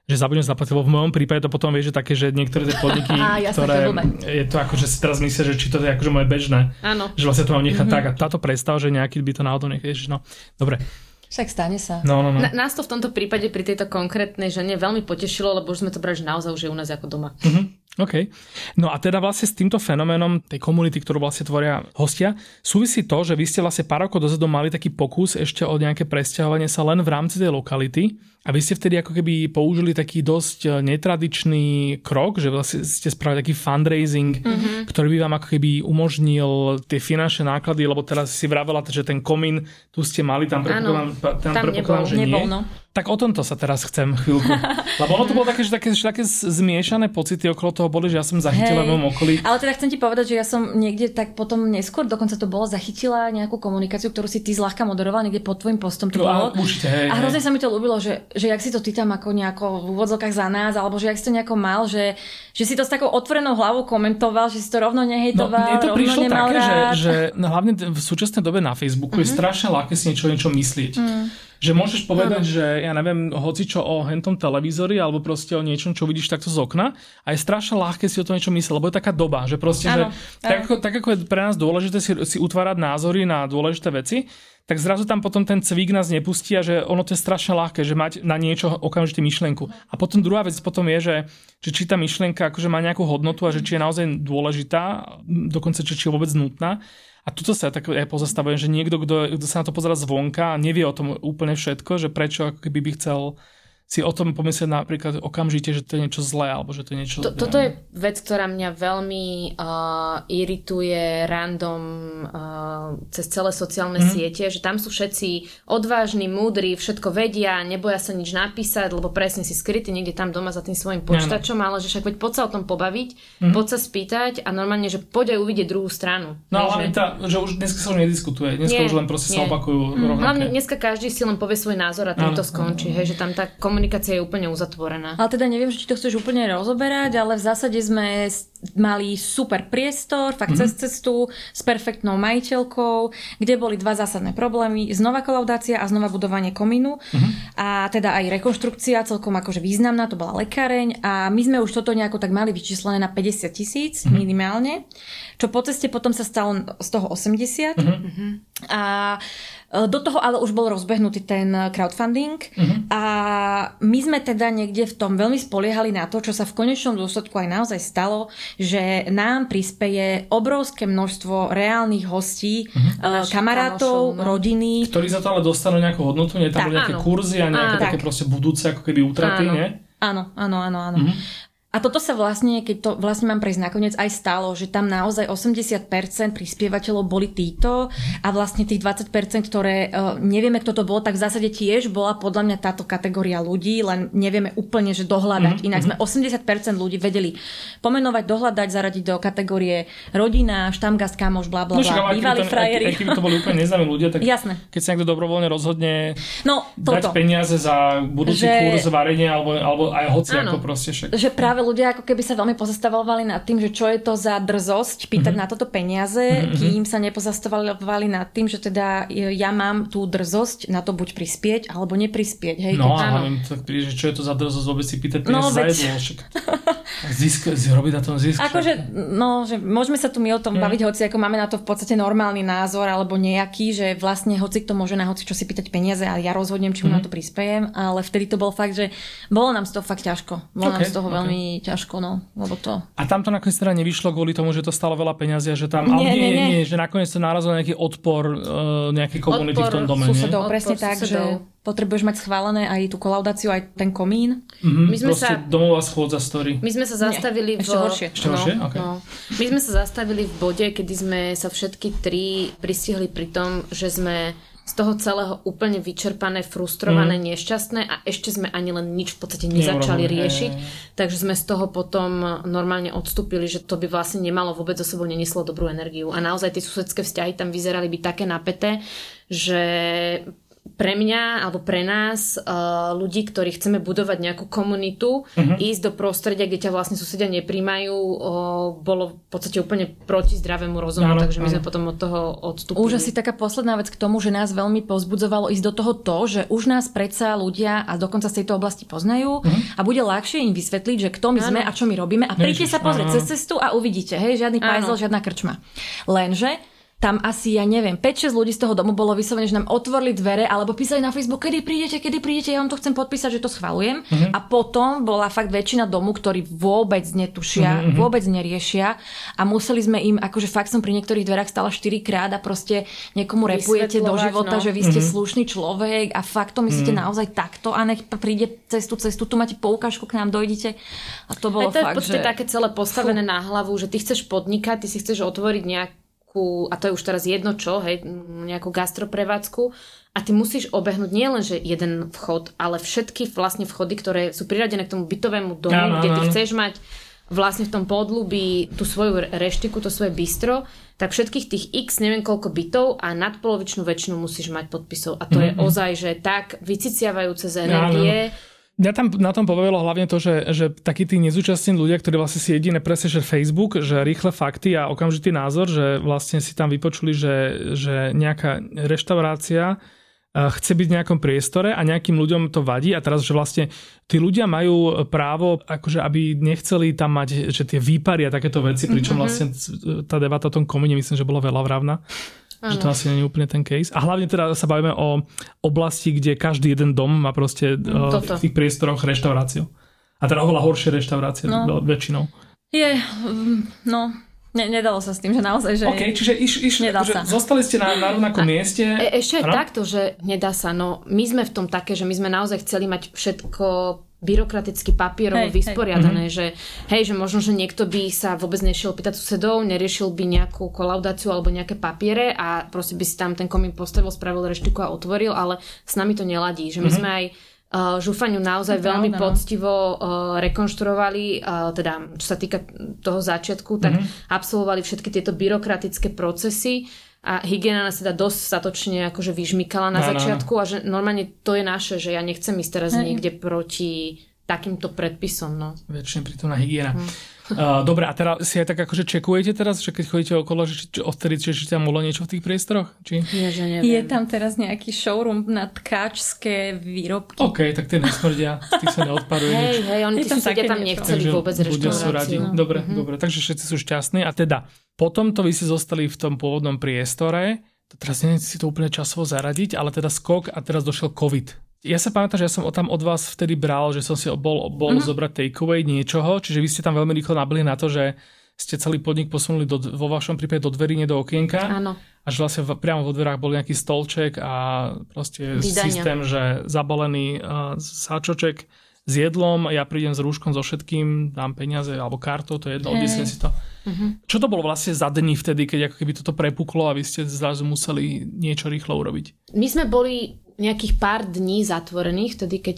že zabudnem zaplatiť, lebo v mojom prípade to potom vieš, že také, že niektoré tie podniky, Á, jasne, ktoré to je to ako, že si teraz myslia, že či to je akože moje bežné. Áno. Že vlastne to mám nechať mm-hmm. tak a táto predstava, že nejaký by to náhodou nechal, no, dobre. Však stane sa. No, no, no. Na, nás to v tomto prípade pri tejto konkrétnej žene veľmi potešilo, lebo už sme to brali, že naozaj už je u nás ako doma. Mm-hmm. OK. No a teda vlastne s týmto fenoménom tej komunity, ktorú vlastne tvoria hostia, súvisí to, že vy ste vlastne pár rokov dozadu mali taký pokus ešte o nejaké presťahovanie sa len v rámci tej lokality a vy ste vtedy ako keby použili taký dosť netradičný krok, že vlastne ste spravili taký fundraising, mm-hmm. ktorý by vám ako keby umožnil tie finančné náklady, lebo teraz si vravela, že ten komín tu ste mali, tam predpokladám, tam tam predpokladám že nebol, nie. No. Tak o tomto sa teraz chcem chvíľku. Lebo ono to bolo také, že také, že také zmiešané pocity okolo toho boli, že ja som zachytila v mojom okolí. Ale teda chcem ti povedať, že ja som niekde tak potom neskôr, dokonca to bolo, zachytila nejakú komunikáciu, ktorú si ty zľahka moderovala, niekde pod tvojim postom to bolo. No, určite, hej, a hrozne hej. sa mi to ľúbilo, že, že jak si to ty tam ako nejako v úvodzovkách za nás, alebo že jak si to nejako mal, že, že si to s takou otvorenou hlavou komentoval, že si to rovno nehejtoval, no, mne to rovno prišlo nemal také, rád. Že, že hlavne v súčasnej dobe na Facebooku mm-hmm. je strašne ľahké si niečo, niečo myslieť. Mm. Že môžeš povedať, ano. Že ja neviem, hocičo o hentom televízori alebo proste o niečom, čo vidíš takto z okna a je strašne ľahké si o to niečo myslieť, lebo je taká doba, že proste, ano. Že tak ako, tak ako je pre nás dôležité si, si utvárať názory na dôležité veci, tak zrazu tam potom ten cvík nás nepustí a že ono to je strašne ľahké, že mať na niečo okamžite myšlienku. A potom druhá vec potom je, že, že či tá myšlienka akože má nejakú hodnotu a že či je naozaj dôležitá, dokonca či je vôbec nutná. A tuto sa tak aj pozastavujem, že niekto, kto, kto sa na to pozerá zvonka a nevie o tom úplne všetko, že prečo ako keby by chcel si o tom pomyslieť napríklad okamžite, že to je niečo zlé, alebo že to je niečo... To, toto je vec, ktorá mňa veľmi uh, irituje random uh, cez celé sociálne mm. siete, že tam sú všetci odvážni, múdri, všetko vedia, neboja sa nič napísať, lebo presne si skrytí niekde tam doma za tým svojím počítačom, ale že však veď poď sa o tom pobaviť, mm. poď sa spýtať a normálne, že poď aj uvidieť druhú stranu. No ale že... Tá, že už dneska sa už nediskutuje, dneska nie, už len proste nie. sa opakujú mm. rovnaké. Hlavne dneska každý si len povie svoj názor a tým to skončí, hej, že tam tá komunikácia je úplne uzatvorená. Ale teda neviem, že či to chceš úplne rozoberať, ale v zásade sme mali super priestor, fakt mm-hmm. cez cestu, s perfektnou majiteľkou, kde boli dva zásadné problémy. Znova kolaudácia a znova budovanie komínu. Mm-hmm. A teda aj rekonštrukcia celkom akože významná, to bola lekáreň. A my sme už toto nejako tak mali vyčíslené na päťdesiat tisíc mm-hmm. minimálne. Čo po ceste potom sa stalo z toho osemdesiat. Mm-hmm. A do toho ale už bol rozbehnutý ten crowdfunding uh-huh. a my sme teda niekde v tom veľmi spoliehali na to, čo sa v konečnom dôsledku aj naozaj stalo, že nám prispeje obrovské množstvo reálnych hostí, uh-huh. kamarátov, kamošov, no. rodiny. Ktorí za to ale dostanú nejakú hodnotu, nie tam boli nejaké kurzy a nejaké áno. také proste budúce ako keby útraty, áno. nie? Áno, áno, áno, áno. Uh-huh. A toto sa vlastne, keď to vlastne mám prejsť nakoniec, aj stalo, že tam naozaj osemdesiat percent prispievateľov boli títo a vlastne tých dvadsať percent, ktoré uh, nevieme, kto to bol, tak v zásade tiež bola podľa mňa táto kategória ľudí, len nevieme úplne, že dohľadať. Mm-hmm. Inak sme osemdesiat percent ľudí vedeli pomenovať, dohľadať, zaradiť do kategórie rodina, štamgast, kamoš, bla bla bla, bývalí frajeri. Aj keby to boli úplne neznámi ľudia, tak jasné. Keď sa niekto dobrovoľne rozhodne no, dať peniaze za budúci že... kurz varenia alebo, alebo aj hoci ako proste však. Že práve ľudia ako keby sa veľmi pozastavovali nad tým, že čo je to za drzosť pýtať mm-hmm. na toto peniaze, mm-hmm. kým sa nepozastavovali nad tým, že teda ja mám tú drzosť na to buď prispieť, alebo neprispieť. Hej, no a hlavne tak príde, že čo je to za drzosť vôbec si pýtať peniaze no, za jedlo. Zisk, robiť na tom zisk. Akože, no, že môžeme sa tu my o tom mm. baviť, hoci ako máme na to v podstate normálny názor, alebo nejaký, že vlastne hoci kto môže na hoci čo si pýtať peniaze, ale ja rozhodnem, či mu mm. na to prispejem, ale vtedy to bol fakt, že bolo nám z toho fakt ťažko. Bolo okay, nám z toho okay. veľmi ťažko. No, lebo to... A tam to nakoniec teda nevyšlo kvôli tomu, že to stalo veľa peňazí a že tam... Nie, ale nie, nie, nie. nie, že nakoniec to narazilo nejaký odpor uh, nejakej komunity v tom dome. Susedov, presne tak, susedov. Že potrebuješ mať schválené aj tú kolaudáciu, aj ten komín. Mm-hmm, my sme sa... domová schôdza story. My sme sa zastavili nie, v... Ešte horšie. Ešte horšie? No, okay. no. My sme sa zastavili v bode, kedy sme sa všetky tri pristihli pri tom, že sme z toho celého úplne vyčerpané, frustrované, mm. nešťastné a ešte sme ani len nič v podstate nezačali riešiť. Takže sme z toho potom normálne odstúpili, že to by vlastne nemalo vôbec so sebou nenieslo dobrú energiu. A naozaj tie susedské vzťahy tam vyzerali byť také napäté, že pre mňa alebo pre nás uh, ľudí, ktorí chceme budovať nejakú komunitu, uh-huh. ísť do prostredia, kde ťa vlastne susedia nepríjmajú, uh, bolo v podstate úplne proti zdravému rozumu, áno, takže my áno. sme potom od toho odstúpili. Už asi taká posledná vec k tomu, že nás veľmi povzbudzovalo ísť do toho to, že už nás predsa ľudia a dokonca z tejto oblasti poznajú uh-huh. a bude ľahšie im vysvetliť, že kto my áno. sme a čo my robíme a príďte sa pozrieť cez cestu a uvidíte, hej, žiadny pajzel, žiadna krčma. Lenže tam asi, ja neviem, päť šesť ľudí z toho domu bolo vyslovene, že nám otvorili dvere alebo písali na Facebook, kedy prídete, kedy prídete, ja vám to chcem podpísať, že to schvaľujem. Mm-hmm. A potom bola fakt väčšina domu, ktorí vôbec netušia, mm-hmm. vôbec neriešia a museli sme im, akože fakt som pri niektorých dverách stala štyrikrát a proste niekomu repujete do života, no. že vy ste mm-hmm. slušný človek a fakt to myslíte mm-hmm. naozaj takto a nech príde cestu, cestu, tu máte poukážku, k nám dojdete. A to bolo fakt, že... to je v podstate že... také celé postavené Fú. na hlavu, že ty chceš podnikať, ty si chceš otvoriť nejak a to je už teraz jedno čo, hej, nejakú gastroprevádzku a ty musíš obehnúť nielen, že jeden vchod, ale všetky vlastne vchody, ktoré sú priradené k tomu bytovému domu, ja, kde ty no. chceš mať vlastne v tom podľubí tú svoju reštiku, to svoje bistro, tak všetkých tých x neviem koľko bytov a nadpolovičnú väčšinu musíš mať podpisov a to mm-hmm. je ozaj, že tak vyciciavajúce z energie. Ja, no. Mňa tam na tom pobavilo hlavne to, že, že takí tí nezúčastnení ľudia, ktorí vlastne si jediné presne, že Facebook, že rýchle fakty a okamžitý názor, že vlastne si tam vypočuli, že, že nejaká reštaurácia chce byť v nejakom priestore a nejakým ľuďom to vadí a teraz, že vlastne tí ľudia majú právo, akože aby nechceli tam mať, že tie výpary a takéto veci, pričom vlastne tá debata o tom komíne myslím, že bola veľa vravná. Že to asi nie je úplne ten case. A hlavne teda sa bavíme o oblasti, kde každý jeden dom má proste Toto. v tých priestoroch reštauráciu. A teda oveľa horšie reštaurácie no. väčšinou. Je, no, ne, nedalo sa s tým, že naozaj, že... OK, čiže iš, iš, akože zostali ste na, na rovnakom mieste. E, ešte aj takto, že nedá sa. No, my sme v tom také, že my sme naozaj chceli mať všetko byrokraticky papierovo hej, vysporiadané, hej. že hej, že možno, že niekto by sa vôbec nešiel pýtať susedov, neriešil by nejakú kolaudáciu alebo nejaké papiere a proste by si tam ten komín postavil, spravil reštiku a otvoril, ale s nami to neladí. Že my mm-hmm. sme aj uh, žufaňu naozaj to veľmi pravda, poctivo uh, rekonštruovali, uh, teda čo sa týka toho začiatku, tak mm-hmm. absolvovali všetky tieto byrokratické procesy a hygiena nás teda dosť statočne akože vyžmykala na no, začiatku no, no. a že normálne to je naše, že ja nechcem ísť teraz Hej. niekde proti takýmto predpisom. No. Väčšine prítomná hygiena. Hmm. Uh, dobre, a teraz si aj tak akože čekujete teraz, že keď chodíte okolo, že či, odtedy, či, či tam bolo niečo v tých priestoroch? Či? Ja, že neviem. Je tam teraz nejaký showroom na tkáčské výrobky. OK, tak tie nesmrdia, z tých sa neodparuje Hej, hej, oni tí susedia tam nechceli vôbec reštauráciu. No. Dobre, mm-hmm. dobre, takže všetci sú šťastní. A teda, potom to vy si zostali v tom pôvodnom priestore, to teraz neviem si to úplne časovo zaradiť, ale teda skok a teraz došiel COVID. Ja sa pamätám, že ja som tam od vás vtedy bral, že som si bol, bol mm-hmm. zobrať takeaway niečoho, čiže vy ste tam veľmi rýchlo nabili na to, že ste celý podnik posunuli do, vo vašom prípade do dverí, nie do okienka. Áno. A že vlastne priamo vo dverách bol nejaký stolček a proste Vydania. systém, že zabalený uh, sáčoček s jedlom, ja prídem s rúškom so všetkým, dám peniaze alebo kartou, to je jedno, odnesiem si to. Mm-hmm. Čo to bolo vlastne za dny vtedy, keď ako keby toto prepuklo a vy ste zrazu museli niečo rýchlo urobiť? My sme boli nejakých pár dní zatvorených, vtedy keď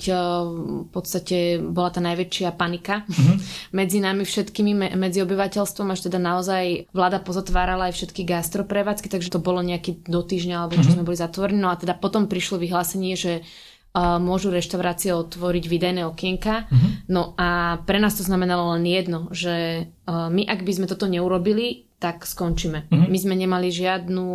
v podstate bola tá najväčšia panika mm-hmm. medzi nami všetkými, medzi obyvateľstvom, až teda naozaj vláda pozatvárala aj všetky gastroprevádzky, takže to bolo nejaký do týždňa, alebo čo mm-hmm. sme boli zatvorení. No a teda potom prišlo vyhlásenie, že uh, môžu reštaurácie otvoriť výdajné okienka. Mm-hmm. No a pre nás to znamenalo len jedno, že uh, my ak by sme toto neurobili, tak skončíme. Mm-hmm. My sme nemali žiadnu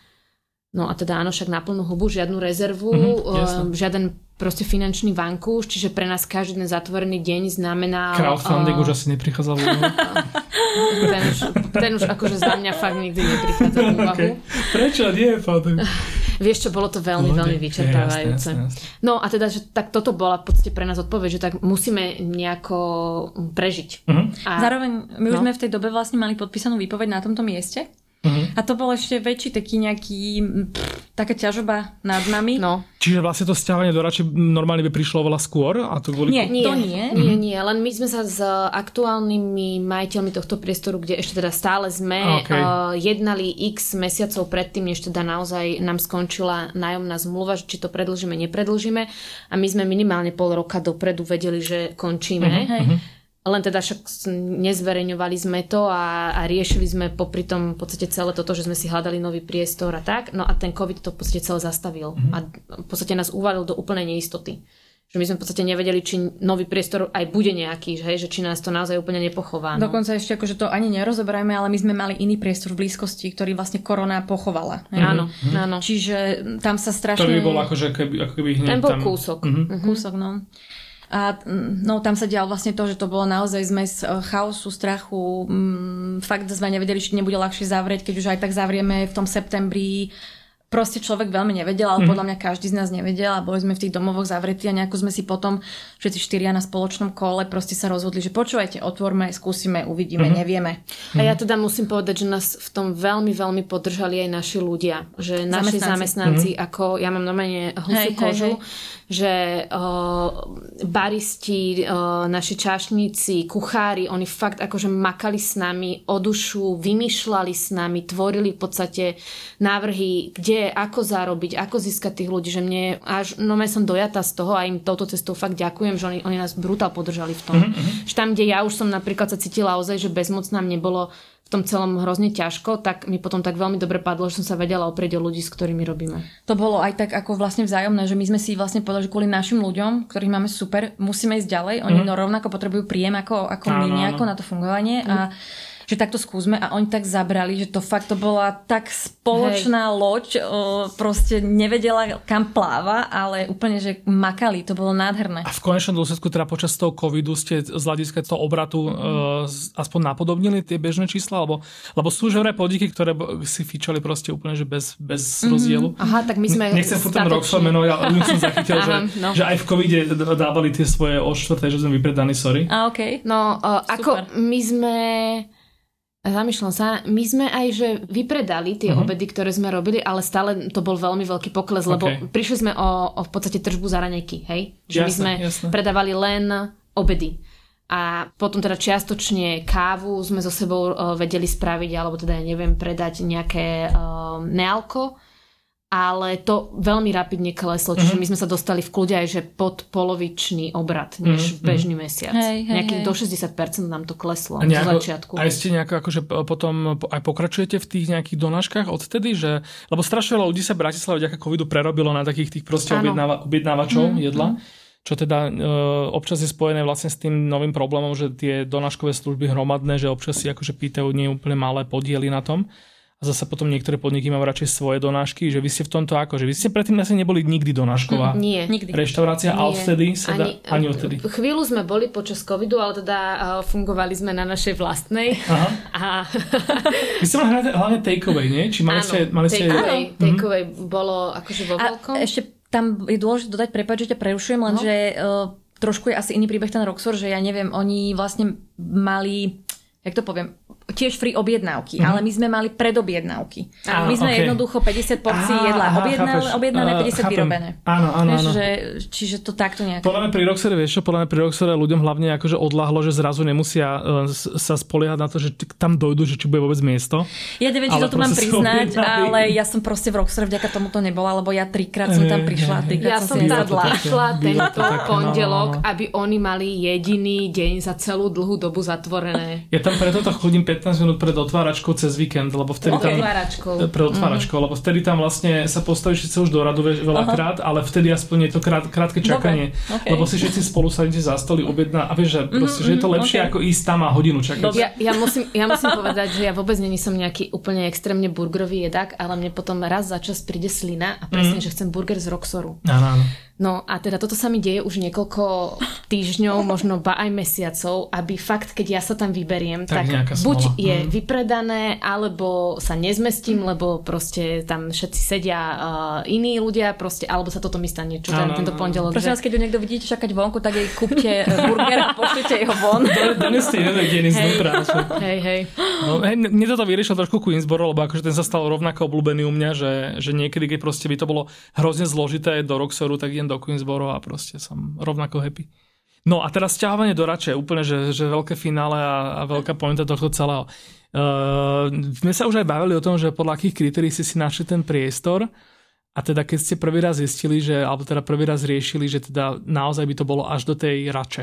No a teda áno, však na plnú hubu, žiadnu rezervu, mm-hmm, žiaden proste finančný vankúš, čiže pre nás každý ten zatvorený deň znamená... Crowdfunding uh, už asi neprichádzal v úvahu. ten, už, ten už akože za mňa fakt nikdy neprichádza v úvahu. Okay. Prečo? Nie, Fátem. Vieš čo, bolo to veľmi, veľmi vyčerpávajúce. Jasne, jasne, jasne. No a teda, že tak toto bola v podstate pre nás odpoveď, že tak musíme nejako prežiť. Mm-hmm. A, Zároveň my už no? sme v tej dobe vlastne mali podpísanú výpoveď na tomto mieste. Uh-huh. A to bol ešte väčší taký nejaký pff, taká ťažoba nad nami. No. Čiže vlastne to sťahovanie do radšej normálne by prišlo veľa skôr? A to boli... Nie, to nie. Nie, nie, len my sme sa s aktuálnymi majiteľmi tohto priestoru, kde ešte teda stále sme okay. uh, jednali x mesiacov predtým, než teda naozaj nám skončila nájomná zmluva, či to predĺžime, nepredĺžime. A my sme minimálne pol roka dopredu vedeli, že končíme. Uh-huh. len teda však nezverejňovali sme to a, a riešili sme popri tom v podstate celé toto, že sme si hľadali nový priestor a tak. No a ten COVID to v podstate celé zastavil. Mm-hmm. A v podstate nás uvalil do úplnej neistoty. Že my sme v podstate nevedeli, či nový priestor aj bude nejaký, že, že či nás to naozaj úplne nepochová. No. Dokonca ešte akože to ani nerozoberajme, ale my sme mali iný priestor v blízkosti, ktorý vlastne korona pochovala. Mm-hmm. Áno, áno. Čiže tam sa strašne... To by bol akože keby, ako keby hneď ten bol tam... kúsok. Mm-hmm. Mm-hmm. Kúsok, no. A no, tam sa dial vlastne to, že to bolo naozaj zmes chaosu, strachu. Fakt sme nevedeli, či nebude ľahšie zavrieť, keď už aj tak zavrieme v tom septembri. Proste človek veľmi nevedel, ale mm. podľa mňa každý z nás nevedel a boli sme v tých domovoch zavretí a nejako sme si potom všetci štyria na spoločnom kole proste sa rozhodli, že počúvajte, otvorme, skúsime, uvidíme, mm. nevieme. A ja teda musím povedať, že nás v tom veľmi, veľmi podržali aj naši ľudia. Že naši zamestnanci, zamestnanci mm. ako ja mám normálne husiu kožu, hej, hej. že uh, baristi, uh, naši čašníci, kuchári, oni fakt akože makali s nami o dušu, vymýšľali s nami, tvorili v podstate návrhy, kde, ako zarobiť, ako získať tých ľudí, že mne až, no ja som dojatá z toho a im touto cestou fakt ďakujem, že oni, oni nás brutál podržali v tom. Mm-hmm. Že tam, kde ja už som napríklad sa cítila ozaj, že bezmoc nám nebolo v tom celom hrozne ťažko, tak mi potom tak veľmi dobre padlo, že som sa vedela oprieť o ľudí, s ktorými robíme. To bolo aj tak ako vlastne vzájomné, že my sme si vlastne povedali, že kvôli našim ľuďom, ktorých máme super, musíme ísť ďalej. Oni mm. no rovnako potrebujú príjem ako, ako my nejako na to fungovanie mm. a že takto skúsme a oni tak zabrali, že to fakt to bola tak spoločná Hej. loď, o, proste nevedela kam pláva, ale úplne, že makali, to bolo nádherné. A v konečnom dôsledku teda počas toho covidu ste z hľadiska toho obratu mm. e, aspoň napodobnili tie bežné čísla, alebo, lebo sú že vraj podniky, ktoré si fičali proste úplne, že bez, bez mm-hmm. rozdielu. Aha, tak my sme Nechcem furt ten Roxor meno, ja som zachytil, že, no. že aj v covide dávali tie svoje o štvrté, že sme vypredaní, sorry. A okej. Okay. No, uh, ako my sme... Zamýšľam sa, my sme aj že vypredali tie uh-huh. obedy, ktoré sme robili, ale stále to bol veľmi veľký pokles, okay. lebo prišli sme o, o v podstate tržbu za raňajky, hej? Že jasne, my sme jasne. predávali len obedy. A potom teda čiastočne kávu sme so sebou uh, vedeli spraviť, alebo teda ja neviem, predať nejaké uh, nealko, ale to veľmi rapidne kleslo, čiže mm-hmm. my sme sa dostali v kľude aj že pod polovičný obrat, než mm-hmm. bežný mesiac. Hej, hej, Nejakých hej. do šesťdesiat percent nám to kleslo a nejako, zo začiatku. A ste nejako akože potom aj pokračujete v tých nejakých donáškach odtedy, že, lebo strašne veľa ľudí sa v Bratislave vďaka covidu prerobilo na takých tých proste objednáva, objednávačov mm-hmm. jedla, čo teda e, občas je spojené vlastne s tým novým problémom, že tie donáškové služby hromadné, že občas si akože pýtajú nie úplne malé podiely na tom. A zase potom niektoré podniky majú radšej svoje donášky, že vy ste v tomto ako, že vy ste predtým asi neboli nikdy donášková mm, nie, nikdy. reštaurácia, nie. a odvtedy sa ani, dá, ani odtedy. Chvíľu sme boli počas covidu, ale teda uh, fungovali sme na našej vlastnej. Aha. A... Vy ste mali hlavne take-away, nie? Či mali Áno, ste, mali ste... take-away, take-away mm-hmm. bolo akože vo veľkom. A ešte tam je dôležité dodať, prepáč, že ťa prerušujem, lenže no. uh, trošku je asi iný príbeh ten Roxor, že ja neviem, oni vlastne mali, jak to poviem, tiež free objednávky, mm. ale my sme mali predobjednávky. Áno, my sme okay. jednoducho päťdesiat porcií Á, jedla aha, objednané, objednané päťdesiat chápem. vyrobené. Áno, áno, áno. Že, čiže to takto nejak. Podľa mňa pri Roxore, vieš čo, podľa mňa pri Roxore ľuďom hlavne akože odľahlo, že zrazu nemusia uh, sa spoliehať na to, že tam dojdu, že či bude vôbec miesto. Ja neviem, či to tu mám priznať, ale ja som proste v Roxore vďaka tomu to nebola, lebo ja trikrát som tam prišla, trikrát ja som si tam prišla tento pondelok, no. aby oni mali jediný deň za celú dlhú dobu zatvorené. Ja tam preto to chodím pätnásť minút pred otváračkou cez víkend, lebo vtedy tam otváračkou. Pre otváračkou, mm-hmm. lebo vtedy tam vlastne sa postavíš síce už do radu veľakrát, ale vtedy aspoň je to krát, krátke čakanie. Okay. Lebo si všetci spolu sadíte za stoli, objedná a vieš, že, proste, mm-hmm, že je to lepšie okay. ako ísť tam a hodinu čakať. Ja, ja, musím, ja musím povedať, že ja vôbec nie som nejaký úplne extrémne burgerový jedák, ale mne potom raz za čas príde slina a presne, mm. že chcem burger z Roxoru. Áno, áno. No a teda toto sa mi deje už niekoľko týždňov, možno ba aj mesiacov, aby fakt, keď ja sa tam vyberiem, tak, tak buď je mm. vypredané, alebo sa nezmestím, lebo proste tam všetci sedia uh, iní ľudia, proste, alebo sa toto mi stane, čo ten, tento pondelok. Prosím vás, keď ju niekto vidíte čakať vonku, tak jej kúpte burger a pošlite ho von. Doneste jeden znútra. Hej, hej. No, hej, mne toto vyriešil trošku Queensboro, lebo akože ten sa stal rovnako obľúbený u mňa, že, že niekedy, keď proste by to bolo hrozne zložité do Roxoru, tak idem do Queensboro a proste som rovnako happy. No a teraz sťahovanie do Rače, úplne, že, že veľké finále a, a veľká pointa tohto celého. Uh, my sa už aj bavili o tom, že podľa akých kritérií si si našli ten priestor a teda keď ste prvý raz zistili, že, alebo teda prvý raz riešili, že teda naozaj by to bolo až do tej Rače.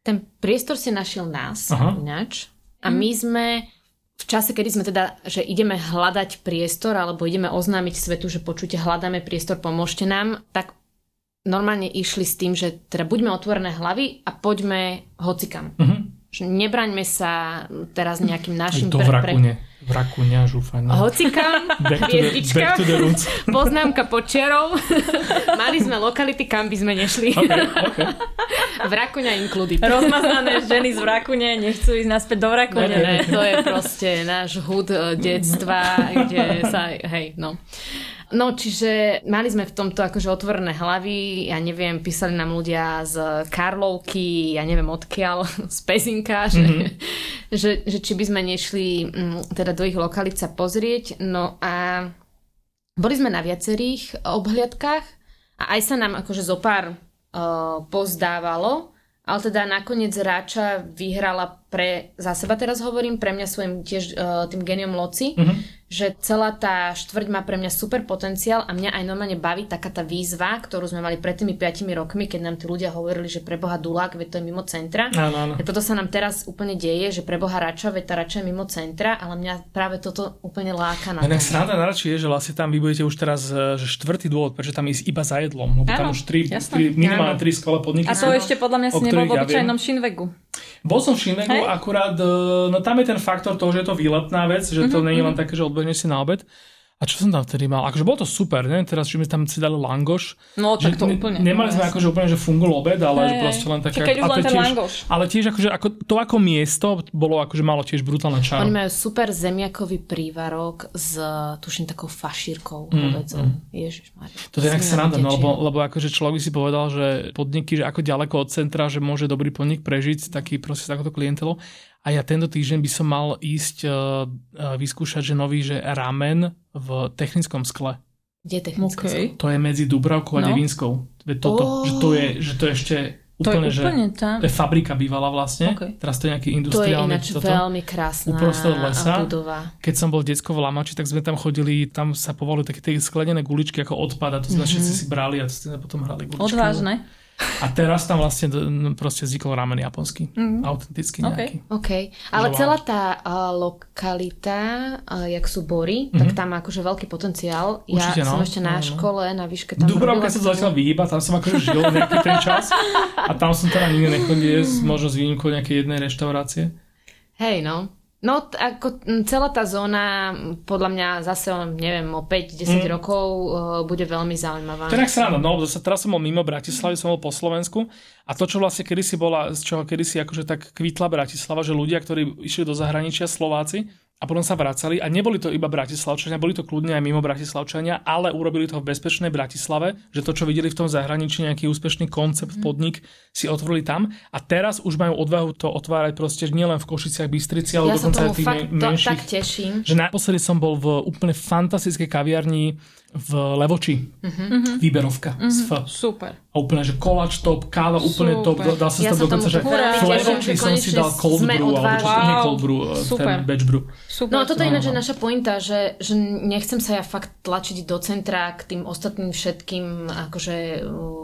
Ten priestor si našiel nás, Aha. ináč. A my sme v čase, kedy sme teda, že ideme hľadať priestor alebo ideme oznámiť svetu, že počujte, hľadáme priestor, pomôžte nám, tak normálne išli s tým, že teda buďme otvorené hlavy a poďme hocikam. Uh-huh. Nebraňme sa teraz nejakým našim... To v Rakúne. V Rakúne a žúfanie. Hocikam, hviezdička, poznámka počiarov. Mali sme lokality, kam by sme nešli. Okay, okay. V Rakúne included. Rozmaznané ženy z Rakúne nechcú ísť naspäť do Rakúne. Ne, ne, to je proste náš hud detstva, kde sa... Hej, no. No, čiže mali sme v tomto akože otvorené hlavy, ja neviem, písali nám ľudia z Karlovky, ja neviem odkiaľ, z Pezinka, že, mm-hmm. že, že či by sme nešli teda do ich lokalít sa pozrieť. No a boli sme na viacerých obhliadkách a aj sa nám akože zopár uh, pozdávalo, ale teda nakoniec Ráča vyhrala pre, za seba teraz hovorím, pre mňa svojim tiež uh, tým géniom loci, mm-hmm. že celá tá štvrť má pre mňa super potenciál a mňa aj normálne baví taká tá výzva, ktorú sme mali pred tými piatimi rokmi, keď nám tí ľudia hovorili, že preboha Dulák, veď to je mimo centra. Áno, áno. Toto sa nám teraz úplne deje, že preboha Rača, veď tá Rača je mimo centra, ale mňa práve toto úplne láka na tom. Sranda na Rači je, že vlastne tam vy budete už teraz že štvrtý dôvod, prečo tam ísť iba za jedlom, lebo tam už tri, tri, minimálne tri skvelé podniky. A to sú, ešte podľa mňa si nebol v obyčajnom Šinvegu. Bol som v Šinvegu, akurát, no tam je ten faktor toho, že je to výletná vec, že to mm-hmm. nie je len také, že odbehneš si na obed. A čo som tam vtedy mal? Akože bolo to super, ne? Teraz, že mi tam si dali langoš. No, tak to ne, úplne. Nemali sme akože úplne, že fungol obed, ale hey, že proste len také... Keď už len ten langoš. Ale tiež akože, ako, to ako miesto bolo akože malo tiež brutálne čaro. Oni majú super zemiakový prívarok s, tuším, takou fašírkou, mm, povedzom. Mm. Ježišmarja. To je nejak sranda, no, lebo, lebo akože človek by si povedal, že podniky, že ako ďaleko od centra, že môže dobrý podnik prežiť taký proste takúto klientelu. A ja tento týždeň by som mal ísť uh, vyskúšať, že nový, že ramen v Technickom skle. Kde je Technické okay. skle? To je medzi Dubravkou a no. Devínskou. Toto, oh. že to je, že to je ešte úplne, to je úplne že to je fabrika bývala vlastne. Okay. Teraz to je nejaký industriálny. To je ináč toto, veľmi krásna budova. Keď som bol detsko v Lamači, tak sme tam chodili, tam sa povolili také tie sklenené guličky ako odpad a to sme mm-hmm. všetci si brali a to sme potom hrali guličky. Odvážne. A teraz tam vlastne proste vznikol ramen japonský. Mm. Autentický nejaký. OK. Ale Želám. celá tá uh, lokalita, uh, jak sú Bory, mm-hmm. tak tam má akože veľký potenciál. Určite, ja no. som ešte na no, škole, na výške tam... Dubravka sa zatiaľ vyhýba, tam som akože žil nejaký ten čas. A tam som teda nikdy nechodil jesť, možno s výnimkou nejakej jednej reštaurácie. Hej, no. No, t- ako celá tá zóna, podľa mňa zase, neviem, o päť desať mm. rokov uh, bude veľmi zaujímavá. To je tak sranda, no, zase teraz som bol mimo Bratislavy, som bol po Slovensku a to, čo vlastne kedysi bola, z čoho kedysi akože tak kvitla Bratislava, že ľudia, ktorí išli do zahraničia, Slováci, a potom sa vracali a neboli to iba Bratislavčania, boli to kľudne aj mimo Bratislavčania, ale urobili to v bezpečnej Bratislave, že to, čo videli v tom zahraničí, nejaký úspešný koncept, podnik, si otvorili tam a teraz už majú odvahu to otvárať proste nielen v Košiciach, Bystrici, ale ja dokonca aj tých fakt, menších. Tak teším. Že naposledy som bol v úplne fantastickej kaviarni v Levoči. Uh-huh. Výberovka. Uh-huh. Z F. Super. A úplne, že koláč top, káva úplne top. Dal som ja to dokonca, že v Levoči som si dal cold brew, alebo čo, nie cold brew, ten batch brew. Super. No a toto je ináč naša pointa, že, že nechcem sa ja fakt tlačiť do centra k tým ostatným všetkým akože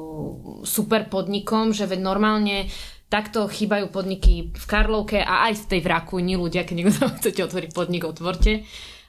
uh, super podnikom, že veď normálne takto chýbajú podniky v Karlovke a aj v tej v Rakúni ľudia, keď niekto chcete otvoriť podnik, otvorte.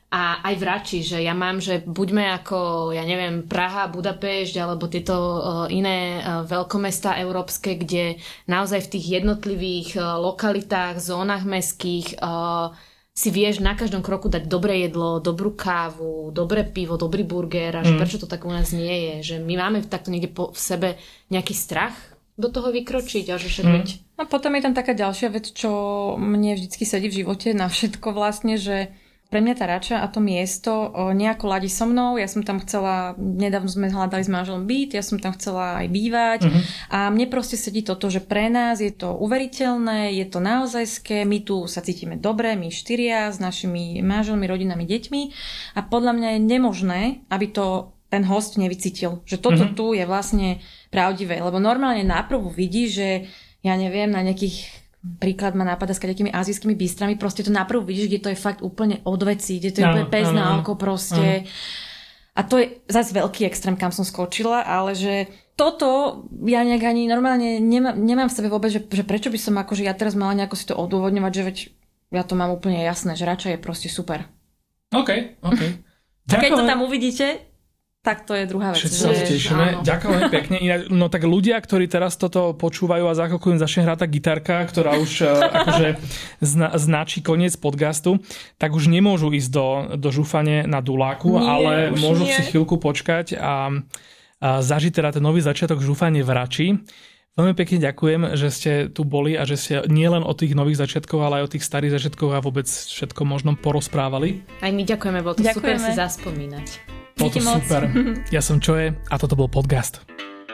A aj v Rači, že ja mám, že buďme ako, ja neviem, Praha, Budapešť alebo tieto uh, iné uh, veľkomestá európske, kde naozaj v tých jednotlivých uh, lokalitách, zónach mestských uh, si vieš na každom kroku dať dobré jedlo, dobrú kávu, dobré pivo, dobrý burger a že mm. prečo to tak u nás nie je. Že my máme takto niekde po, v sebe nejaký strach do toho vykročiť a že všetko. Mm. A potom je tam taká ďalšia vec, čo mne vždycky sedí v živote na všetko vlastne, že pre mňa tá Rača a to miesto o, nejako ladí so mnou. Ja som tam chcela, nedávno sme hľadali s manželom byt, ja som tam chcela aj bývať. Uh-huh. A mne proste sedí toto, že pre nás je to uveriteľné, je to naozajské, my tu sa cítime dobre, my štyria s našimi manželmi, rodinami, deťmi. A podľa mňa je nemožné, aby to ten host nevycítil. Že toto uh-huh. tu je vlastne pravdivé. Lebo normálne náprvu vidí, že ja neviem, na nejakých... Príklad ma napadá s nejakými azijskými bistrami, proste to naprv vidíš, kde to je fakt úplne od veci, kde to je úplne pes na oko proste. Ano. A to je zase veľký extrém, kam som skočila, ale že toto ja nejak ani normálne nemám, nemám v sebe vôbec, že, že prečo by som akože ja teraz mala nejako si to odôvodňovať, že veď ja to mám úplne jasné, že radšej je proste super. OK, OK. A keď to tam uvidíte, tak to je druhá vec. Všetci sa tešíme. Ďakujem pekne. No tak ľudia, ktorí teraz toto počúvajú a za chvíľku im začne hrať tá gitarka, ktorá už akože zna, značí koniec podcastu, tak už nemôžu ísť do, do žúfane na Duláku, nie, ale môžu nie. si chvíľku počkať a, a zažiť teda ten nový začiatok žúfanie v Rači. Veľmi pekne ďakujem, že ste tu boli a že ste nielen o tých nových začiatkoch, ale aj o tých starých začiatkoch a vôbec všetko možno porozprávali. Aj my ďakujeme, bolo to ďakujeme. Super si zaspomínať. Bolo to super. Ja som Čoje a toto bol podcast.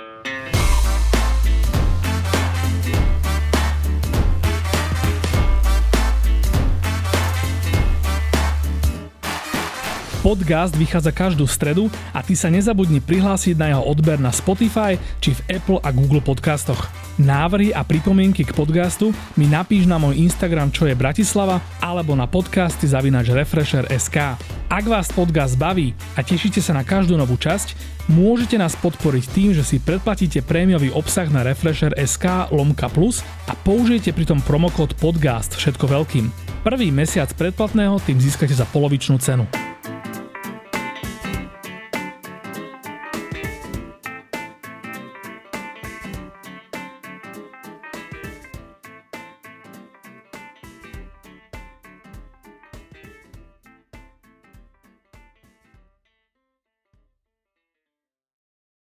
Podcast vychádza každú stredu a ty sa nezabudni prihlásiť na jeho odber na Spotify či v Apple a Google podcastoch. Návrhy a pripomienky k podcastu mi napíš na môj Instagram Čo je Bratislava alebo na podcasty zavináč refresher bodka es ká. Ak vás podcast baví a tešíte sa na každú novú časť, môžete nás podporiť tým, že si predplatíte prémiový obsah na refresher bodka es ká lomka plus a použijete pritom promokód podcast všetko veľkým. Prvý mesiac predplatného tým získate za polovičnú cenu.